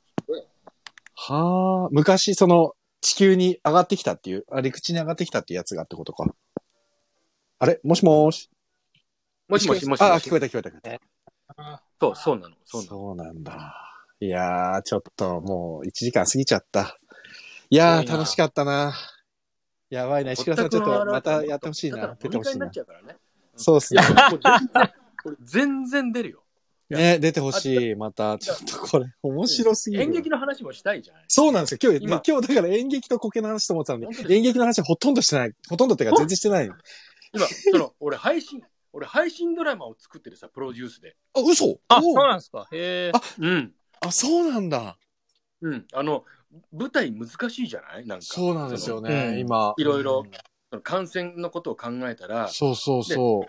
[SPEAKER 3] はあ、昔その地球に上がってきたっていう、あ、陸地に上がってきたっていうやつがってことか。あれもしもーし。
[SPEAKER 2] もしもしもしもし。
[SPEAKER 3] あ、聞こえた聞こえた聞こえ
[SPEAKER 2] た。そう、そうなの。
[SPEAKER 3] そうなの。そうなんだ。いやー、ちょっともういちじかん過ぎちゃった。いやー、楽しかったな。やばいな。石倉さんちょっとまたやってほしいな。出てほしいな。そうっすね。
[SPEAKER 2] これ全然出るよ。
[SPEAKER 3] ね、出てほしい。また、ちょっとこれ、面白すぎる。
[SPEAKER 2] 演劇の話もしたいじゃない。
[SPEAKER 3] そうなんですよ。今日、今, 今日だから演劇と苔の話と思ってたのに、演劇の話はほとんどしてない。ほとんどっていうか全然してない。
[SPEAKER 2] 今、その、俺配信、俺配信ドラマを作ってるさ、プロデュースで。
[SPEAKER 3] あ、嘘
[SPEAKER 4] あ、そうなんですか。へえ。
[SPEAKER 3] あ、
[SPEAKER 2] うん。
[SPEAKER 3] あ、そうなんだ。
[SPEAKER 2] うん。あの、舞台難しいじゃないなんか。
[SPEAKER 3] そうなんですよね、今。
[SPEAKER 2] いろいろ、感染のことを考えたら。
[SPEAKER 3] そうそうそう。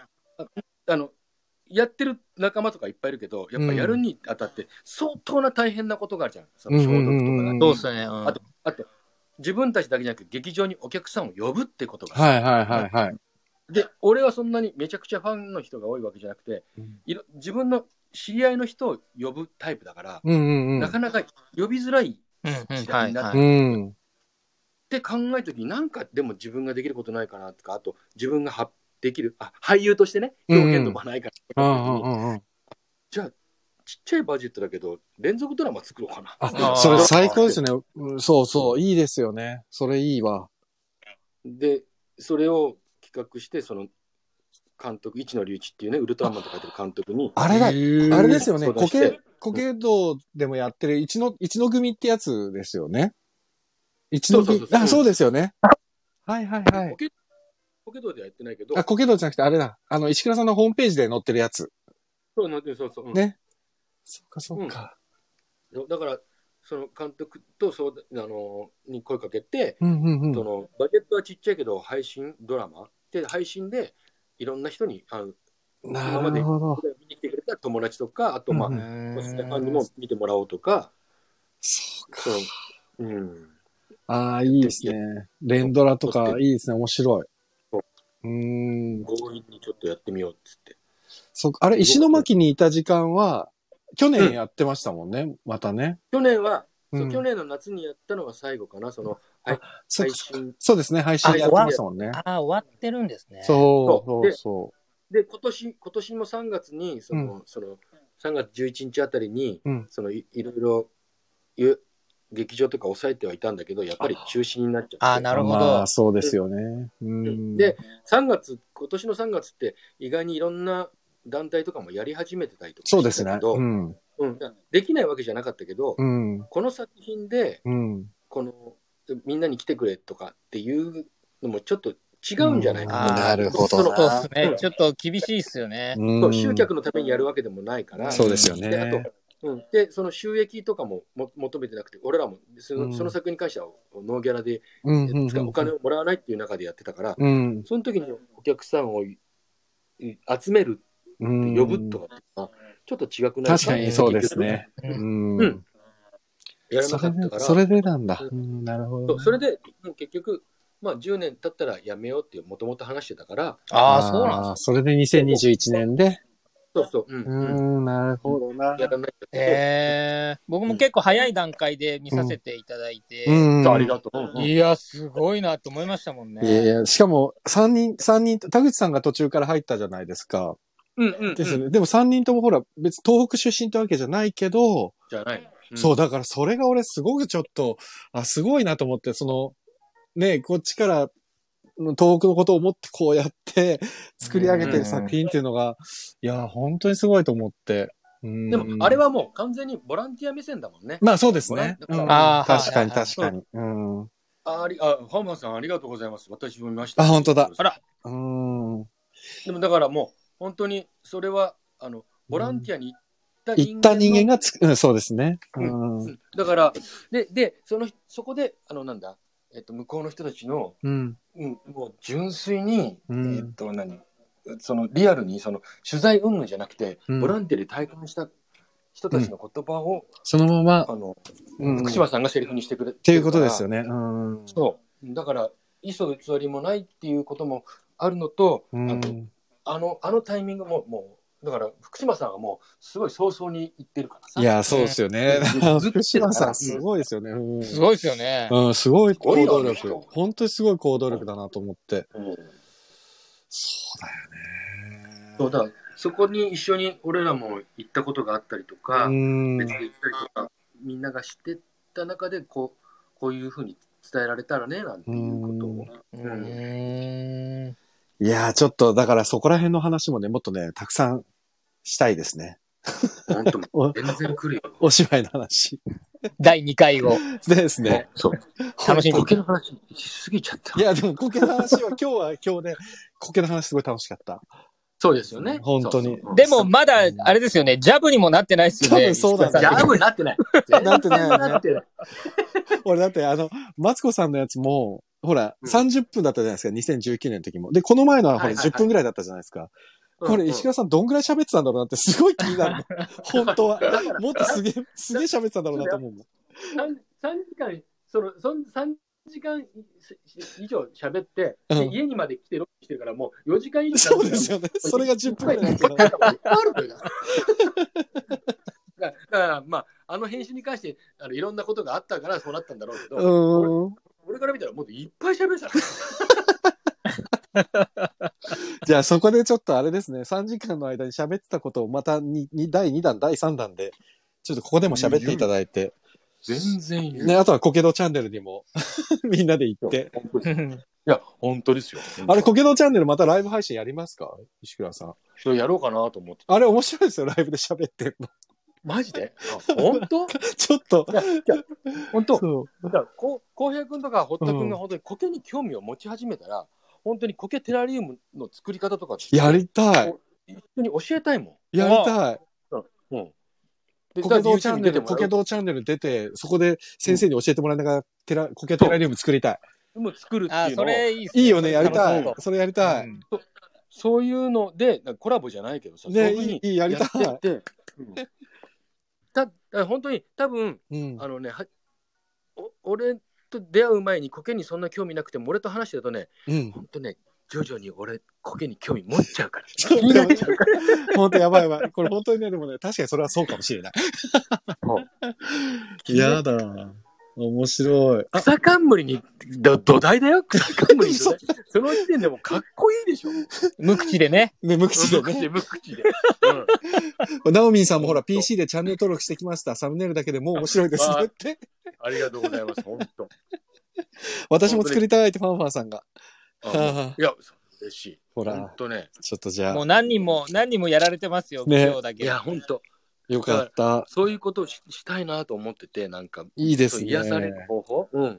[SPEAKER 2] あ, あの、やってる仲間とかいっぱいいるけど、やっぱやるにあたって相当な大変なことがあるじゃん。その消毒とかが。
[SPEAKER 4] そうですね。うん、
[SPEAKER 2] あと、あと、自分たちだけじゃなくて劇場にお客さんを呼ぶってことが。
[SPEAKER 3] はいはいはいはい。
[SPEAKER 2] で、俺はそんなにめちゃくちゃファンの人が多いわけじゃなくて、うん、いろ自分の知り合いの人を呼ぶタイプだから、
[SPEAKER 3] うんうんうん、
[SPEAKER 2] なかなか呼びづらい時代になって、
[SPEAKER 3] うん、
[SPEAKER 2] って考えたときに、なんかでも自分ができることないかなとか、あと自分ができる、あ、俳優としてね、表現の場ないかな、じゃあ、ちっちゃいバジェットだけど、連続ドラマ作ろうかな。
[SPEAKER 3] あ、それ最高ですね。そうそう、いいですよね。それいいわ。
[SPEAKER 2] で、それを企画して、その、監督、市野隆一っていうね、ウルトラマンと書いてる監督に。
[SPEAKER 3] あれだ、あれですよね。コケ、コケ道でもやってる一野、一野組ってやつですよね。一野組。あ、そうですよね。はいはいはい。
[SPEAKER 2] コケ道ではやってないけど。
[SPEAKER 3] あ、コケ道じゃなくて、あれだ。あの、石倉さんのホームページで載ってるやつ。
[SPEAKER 2] そう、載ってる、そうそう。
[SPEAKER 3] ね。そっかそっか。
[SPEAKER 2] うん、だから、その監督とそう、あの、に声かけて、
[SPEAKER 3] うんうんうん、
[SPEAKER 2] その、バジェットはちっちゃいけど、配信ドラマで、配信で、いろんな人に、あの、今まで見に来てくれた友達とか、あと、まあ、コスプレファンにも見てもらおうとか。
[SPEAKER 3] そうか。
[SPEAKER 2] そう。うん。
[SPEAKER 3] ああ、いいですね。連ドラとかいいですね。面白い。うーん。
[SPEAKER 2] 強引にちょっとやってみようっつって。
[SPEAKER 3] そうあれ、石巻にいた時間は、去年やってましたもんね。うん、またね。
[SPEAKER 2] 去年は、うん、そう、去年の夏にやったのが最後かな。その、はい、配信。
[SPEAKER 3] そうですね。配信やってましたもんね。
[SPEAKER 4] ああ、終わってるんですね。
[SPEAKER 3] そうそうそう。
[SPEAKER 2] で、今年、今年もさんがつに、その、うん、その、さんがつじゅういちにちあたりに、うん、そのい、いろいろ、劇場とか抑えてはいたんだけど、やっぱり中止になっちゃって。
[SPEAKER 4] ああ、なるほど。
[SPEAKER 3] まあ、そうですよね。うん、
[SPEAKER 2] で、さんがつ、今年のさんがつって、意外にいろんな団体とかもやり始めてたりとかしてたけど、
[SPEAKER 3] そうですね。うん。
[SPEAKER 2] うん、できないわけじゃなかったけど、
[SPEAKER 3] うん、
[SPEAKER 2] この作品で、
[SPEAKER 3] うん、
[SPEAKER 2] この、みんなに来てくれとかっていうのもちょっと違うんじゃないかな。
[SPEAKER 3] うん、なるほどな。
[SPEAKER 4] そうですね。ちょっと厳しいですよね。
[SPEAKER 2] うん、集客のためにやるわけでもないから。
[SPEAKER 3] そうですよね。
[SPEAKER 2] で、あと、うん、でその収益とかもも求めてなくて、俺らもその、うん、その作品に関してはノーギャラで、うんうんうん、お金をもらわないっていう中でやってたから、うん、その時にお客さんを集めるって呼ぶとか、うん、ちょっと違くないか。
[SPEAKER 3] 確かにそうですね。うんうん、
[SPEAKER 2] やらなかったから。
[SPEAKER 3] それでなんだ。うん、なるほど、ね。
[SPEAKER 2] それで結局、まあ、じゅうねん経ったらやめようってもともと話してたから。
[SPEAKER 4] ああ、そうなんですか。
[SPEAKER 3] それでにせんにじゅういちねんで。
[SPEAKER 2] そうそう。うん。
[SPEAKER 3] うん、なるほどな。
[SPEAKER 2] やらないけど。
[SPEAKER 4] えー、僕も結構早い段階で見させていただいて。
[SPEAKER 3] うん。うん、
[SPEAKER 2] ありがとう。
[SPEAKER 4] いや、すごいなと思いましたもんね。
[SPEAKER 3] いやいや、しかもさんにん、さんにん、田口さんが途中から入ったじゃないですか。
[SPEAKER 2] うんうん、うん。
[SPEAKER 3] ですね。でもさんにんともほら、別に東北出身ってわけじゃないけど。
[SPEAKER 2] じゃない。
[SPEAKER 3] うん、そう、だからそれが俺すごくちょっと、あ、すごいなと思って、その、ね、こっちから、東北のことを思ってこうやって作り上げてる作品っていうのが、いや、本当にすごいと思って。
[SPEAKER 2] うんでも、あれはもう完全にボランティア目線だもんね。
[SPEAKER 3] まあそうですね。うん、あ確かに確かに。うん、
[SPEAKER 2] ありあ、ハーマンさんありがとうございます。私も見ました。
[SPEAKER 3] あ、本当だ。
[SPEAKER 2] あら。
[SPEAKER 3] うん。
[SPEAKER 2] でもだからもう、本当に、それは、あの、ボランティアに行った
[SPEAKER 3] 人間、行った人間がつく、うん、そうですね。うん。
[SPEAKER 2] うん、だから、で、で、その、そこで、あの、なんだ、えっと、向こうの人たちの、
[SPEAKER 3] うん、
[SPEAKER 2] うん、もう純粋に、
[SPEAKER 3] うん、
[SPEAKER 2] えっと、何、そのリアルに、その取材云々じゃなくて、うん、ボランティアで体感した人たちの言葉を、うん、
[SPEAKER 3] そのまま、
[SPEAKER 2] あの、うん、福島さんがセリフにしてくれて
[SPEAKER 3] っていうことですよね。うん、
[SPEAKER 2] そう。だから、いそ偽りもないっていうこともあるのと、
[SPEAKER 3] うん、
[SPEAKER 2] あの、あの、あのタイミングも、もだから、福島さんはもう、すごい早々に言ってるからさ。
[SPEAKER 3] いや、そうですよね。
[SPEAKER 2] うん
[SPEAKER 3] 福島さん、すごいですよね。うん、
[SPEAKER 4] すごいですよね。
[SPEAKER 3] うん、すごい行動
[SPEAKER 2] す
[SPEAKER 3] 力。本当にすごい行動力だなと思って。
[SPEAKER 2] うん、
[SPEAKER 3] そうだよね。
[SPEAKER 2] そうだ。そこに一緒に俺らも行ったことがあったりとか、別に行ったりとか、みんなが知ってた中で、こう、こういうふうに伝えられたらね、なんていうことを。
[SPEAKER 4] うん。
[SPEAKER 3] いやー、ちょっと、だからそこら辺の話もね、もっとね、たくさんしたいですね。
[SPEAKER 2] 本当全然来るよ。
[SPEAKER 3] お芝居の話。
[SPEAKER 4] だいにかいを。
[SPEAKER 3] ですね。
[SPEAKER 2] そう。
[SPEAKER 4] 楽しんで。
[SPEAKER 2] 苔の話しすぎちゃった。
[SPEAKER 3] いや、でも苔の話は今日は今日で、苔の話すごい楽しかった。
[SPEAKER 2] そうですよね。
[SPEAKER 3] 本当に。
[SPEAKER 4] でもまだ、あれですよね、ジャブにもなってないですよね。
[SPEAKER 3] そうだね。
[SPEAKER 2] ジャブになってない。
[SPEAKER 3] なってないよね。
[SPEAKER 2] なってない。
[SPEAKER 3] 俺だって、あの、マツコさんのやつも、ほら、うん、さんじゅっぷんだったじゃないですか、にせんじゅうきゅうねんの時も。で、この前のはほら、じゅっぷんぐらいだったじゃないですか。これ、石川さんどんぐらい喋ってたんだろうなってすごい気になる。本当は。もっとすげえ、すげえ喋ってたんだろうなと思うもん。
[SPEAKER 2] さんじかん、その、そんさんじかん以上喋って、うん、家にまで来てロケしてるから、もうよじかん以上。
[SPEAKER 3] そうですよね。それがじゅっぷんぐらいだった
[SPEAKER 2] から。だから、まあ、あの編集に関してあのいろんなことがあったからそうなったんだろうけど、俺, 俺から見たらもっといっぱい喋れた。
[SPEAKER 3] じゃあそこでちょっとあれですね、さんじかんの間に喋ってたことをまたにだいにだん、だいさんだんで、ちょっとここでも喋っていただいて。
[SPEAKER 2] 全然いい。
[SPEAKER 3] ね、あとはコケドチャンネルにもみんなで行って。
[SPEAKER 2] いや、本当ですよ。
[SPEAKER 3] あれ、コケドチャンネルまたライブ配信やりますか？石倉さん。
[SPEAKER 2] それやろうかなと思って。
[SPEAKER 3] あれ面白いですよ、ライブで喋ってんの。
[SPEAKER 2] マジで？本当？
[SPEAKER 3] ちょっと。
[SPEAKER 2] いや、いや本当。そう。だから、こう、浩平君とか堀田君が本当に苔に興味を持ち始めたら、うん、本当に苔テラリウムの作り方とか
[SPEAKER 3] やりたい。
[SPEAKER 2] 一緒に教えたいも
[SPEAKER 3] ん。やりたい。
[SPEAKER 2] うん。
[SPEAKER 3] コケドチャンネル、コケドチャンネル出て、そこで先生に教えてもらいながら、テラ、コケテラリウム作りたい。
[SPEAKER 2] もう作るっていうのを。
[SPEAKER 4] あ、それいいっすね。
[SPEAKER 3] いいよね、やりたい。それやりたい。
[SPEAKER 2] うん、そ, そういうので、コラボじゃないけどさ、
[SPEAKER 3] ね、
[SPEAKER 2] そういうふうに
[SPEAKER 3] いい、やりたい。
[SPEAKER 2] うん、た本当に、多分、うん、あのねはお、俺と出会う前にコケにそんな興味なくても、俺と話してるとね、うん、本当ね、徐々に俺、コケに興味持っちゃうから。気になっちゃうから。
[SPEAKER 3] 本当やばいやばい。これ本当にね、でもね、確かにそれはそうかもしれない。やだ。面白い。
[SPEAKER 2] 草冠にど土台だよ。草冠に土台。その時点でもかっこいいでしょ。
[SPEAKER 4] 無口でね。
[SPEAKER 3] ね、無口で
[SPEAKER 2] ね。無口で。
[SPEAKER 3] うん。ナオミンさんもほら ピーシー でチャンネル登録してきました。サムネイルだけでもう面白いですねって。
[SPEAKER 2] ありがとうございます。本当。
[SPEAKER 3] 私も作りたいってファンファンさんが。
[SPEAKER 2] いや、嬉しい。
[SPEAKER 3] ほら。
[SPEAKER 2] 本当ね。
[SPEAKER 3] ちょっとじゃあ。
[SPEAKER 4] もう何人も何人もやられてますよ。
[SPEAKER 3] ね。
[SPEAKER 4] 今日だけ。
[SPEAKER 2] いや、本当。
[SPEAKER 3] よかった。
[SPEAKER 2] そういうことを し, したいなと思ってて、なんか。
[SPEAKER 3] いいですね。
[SPEAKER 2] 癒される方法。
[SPEAKER 3] うん。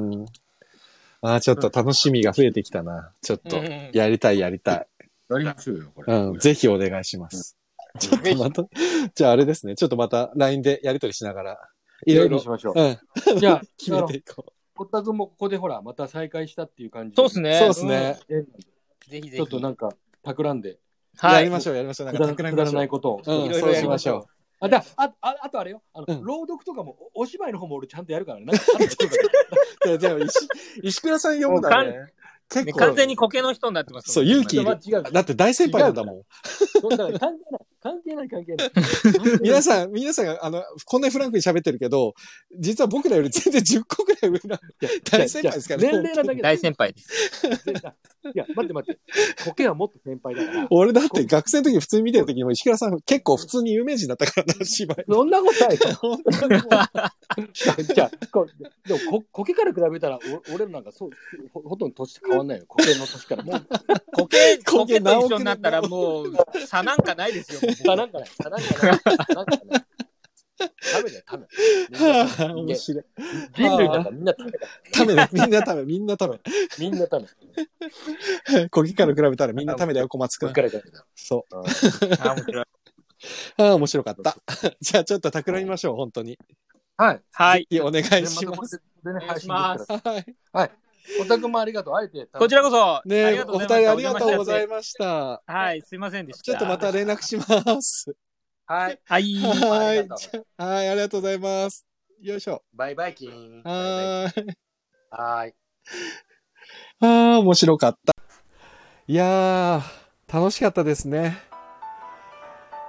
[SPEAKER 3] うん。ああ、ちょっと楽しみが増えてきたな。ちょっと、やりたいやりたい。
[SPEAKER 2] やりましょうよ、これ。
[SPEAKER 3] うん、ぜひお願いします。うん、ちょっとまた、じゃああれですね。ちょっとまた ライン でやり取りしながら、いろいろ。
[SPEAKER 2] しましょう。
[SPEAKER 3] うん。
[SPEAKER 2] じゃあ、
[SPEAKER 3] 決めていこう。
[SPEAKER 2] 堀田君もここでほら、また再開したっていう感じ。
[SPEAKER 4] そうですね。
[SPEAKER 3] そうですね。
[SPEAKER 2] うん、
[SPEAKER 4] ぜひぜひ。
[SPEAKER 2] ちょっとなんか、企んで。
[SPEAKER 3] はい。やりましょう、やりましょう。なんか企
[SPEAKER 2] んで。くだらないことを。
[SPEAKER 3] うん、そうしましょう。
[SPEAKER 2] あ、だあ、あ、あとあれよ。あの、うん、朗読とかも、お芝居の方も俺ちゃんとやるからね。なんか
[SPEAKER 3] じゃあ、石、石倉さん読むんだね。
[SPEAKER 4] 結構。完全に苔の人になってます。
[SPEAKER 3] そう、勇気いる。だって大先輩なんだもん。
[SPEAKER 2] だから関係ない。関係ない、関係ない。
[SPEAKER 3] 皆さん、皆さんが、あの、こんなにフランクに喋ってるけど、実は僕らより全然じゅっこぐらい上な、大先輩ですから
[SPEAKER 2] ね。年齢なだけ
[SPEAKER 4] 大先輩です。
[SPEAKER 2] いや、待って待って。苔はもっと先輩だから。
[SPEAKER 3] 俺だって学生の時普通に見てる時にも石倉さん結構普通に有名人だったからな、芝居。
[SPEAKER 2] そんなことないよ。じゃあ、でもこ、苔から比べたら、俺なんかそう、ほ, ほとんど年変わんないよ。苔の年から。もう
[SPEAKER 4] 苔、苔と一緒になったらもう、差なんかないですよ。
[SPEAKER 2] 差なんかない。差なんかない。差なんかない。食べだよ、食べ。
[SPEAKER 3] 面白い。
[SPEAKER 2] 人類なんかみんな食べだ。
[SPEAKER 3] 食べだ。みんな食べ、みんな食べ。
[SPEAKER 2] みんな食
[SPEAKER 3] べ。小木から比べたらみんな食べだよ、小松くん。
[SPEAKER 2] から食べだ。
[SPEAKER 3] そう。
[SPEAKER 4] あ、面白い。
[SPEAKER 3] ああ、面白かった。じゃあちょっと企みましょう、本当に。
[SPEAKER 2] はい。
[SPEAKER 4] はい。
[SPEAKER 3] お願いします。
[SPEAKER 2] お願
[SPEAKER 4] いします。
[SPEAKER 2] はい。はい。おたくもありがとう。あえて。
[SPEAKER 4] こちらこそ。
[SPEAKER 3] ね、お二人ありがとうございました。
[SPEAKER 4] はい、すいませんでした。
[SPEAKER 3] ちょっとまた連絡します。
[SPEAKER 2] はい。
[SPEAKER 4] はい。
[SPEAKER 3] はい。はい、ありがとうございます。よいしょ。
[SPEAKER 2] バイバイキン。
[SPEAKER 3] はい。
[SPEAKER 2] はい。
[SPEAKER 3] ああ、面白かった。いやー、楽しかったですね。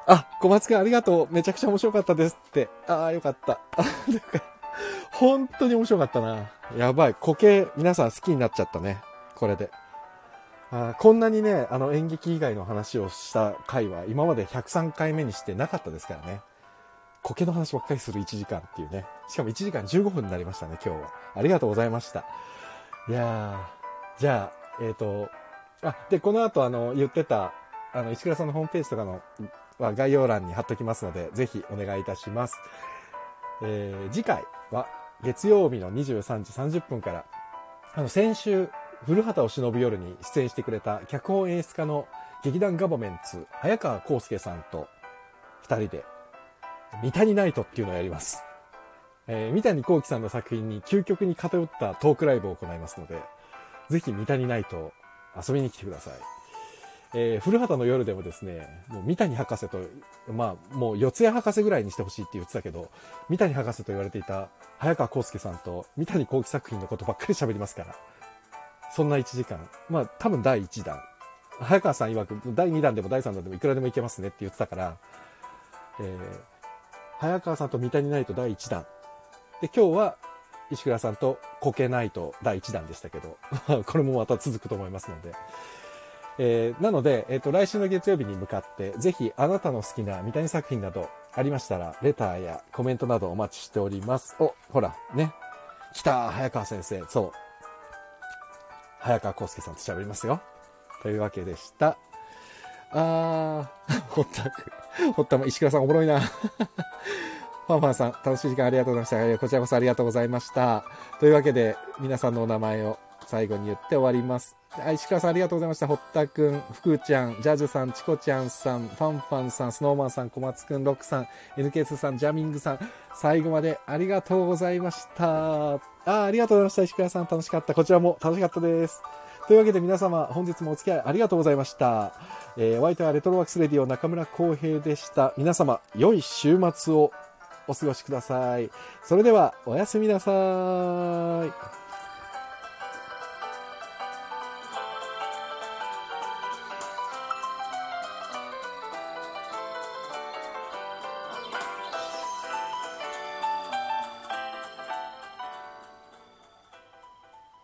[SPEAKER 3] あ、小松くんありがとう。めちゃくちゃ面白かったですって。ああ、よかった。なんか、本当に面白かったな。やばい。苔、皆さん好きになっちゃったね。これで。あ、こんなにね、あの演劇以外の話をした回は今までひゃくさんかいめにしてなかったですからね。苔の話ばっかりするいちじかんっていうね。しかもいちじかんじゅうごふんになりましたね、今日は。ありがとうございました。いやー、じゃあ、えっと、あ、で、この後あの、言ってた、あの、石倉さんのホームページとかの、は概要欄に貼っときますので、ぜひお願いいたします。えー、次回は月曜日のにじゅうさんじさんじゅっぷんから、あの、先週、古畑を忍ぶ夜に出演してくれた脚本演出家の劇団ガバメンツ、早川康介さんと二人で、三谷ナイトっていうのをやります。えー、三谷幸喜さんの作品に究極に偏ったトークライブを行いますので、ぜひ三谷ナイト遊びに来てください。えー、古畑の夜でもですね、もう三谷博士と、まあ、もう四谷博士ぐらいにしてほしいって言ってたけど、三谷博士と言われていた早川康介さんと三谷幸喜作品のことばっかり喋りますから、そんないちじかん、まあ多分だいいちだん、早川さん曰くだいにだんでもだいさんだんでもいくらでもいけますねって言ってたから、えー、早川さんと三谷ナイトだいいちだんで、今日は石倉さんと苔ナイトだいいちだんでしたけどこれもまた続くと思いますので、えー、なので、えーと、来週の月曜日に向かってぜひあなたの好きな三谷作品などありましたらレターやコメントなどお待ちしております。お、ほらね、来た早川先生、そう早川康介さんと喋りますよというわけでした。あーほったくほったま石倉さんおもろいなファンファンさん楽しい時間ありがとうございました。こちらこそありがとうございました。というわけで皆さんのお名前を最後に言って終わります。石倉さんありがとうございました。堀田くん、福ちゃん、ジャジュさん、チコちゃんさん、ファンファンさん、スノーマンさん、小松くん、ロックさん、エヌケーツー さん、ジャミングさん、最後までありがとうございました。あー、ありがとうございました。石倉さん楽しかった。こちらも楽しかったです。というわけで皆様本日もお付き合いありがとうございました。えー、お相手はレトロワークスレディオ中村浩平でした。皆様良い週末をお過ごしください。それではおやすみなさい。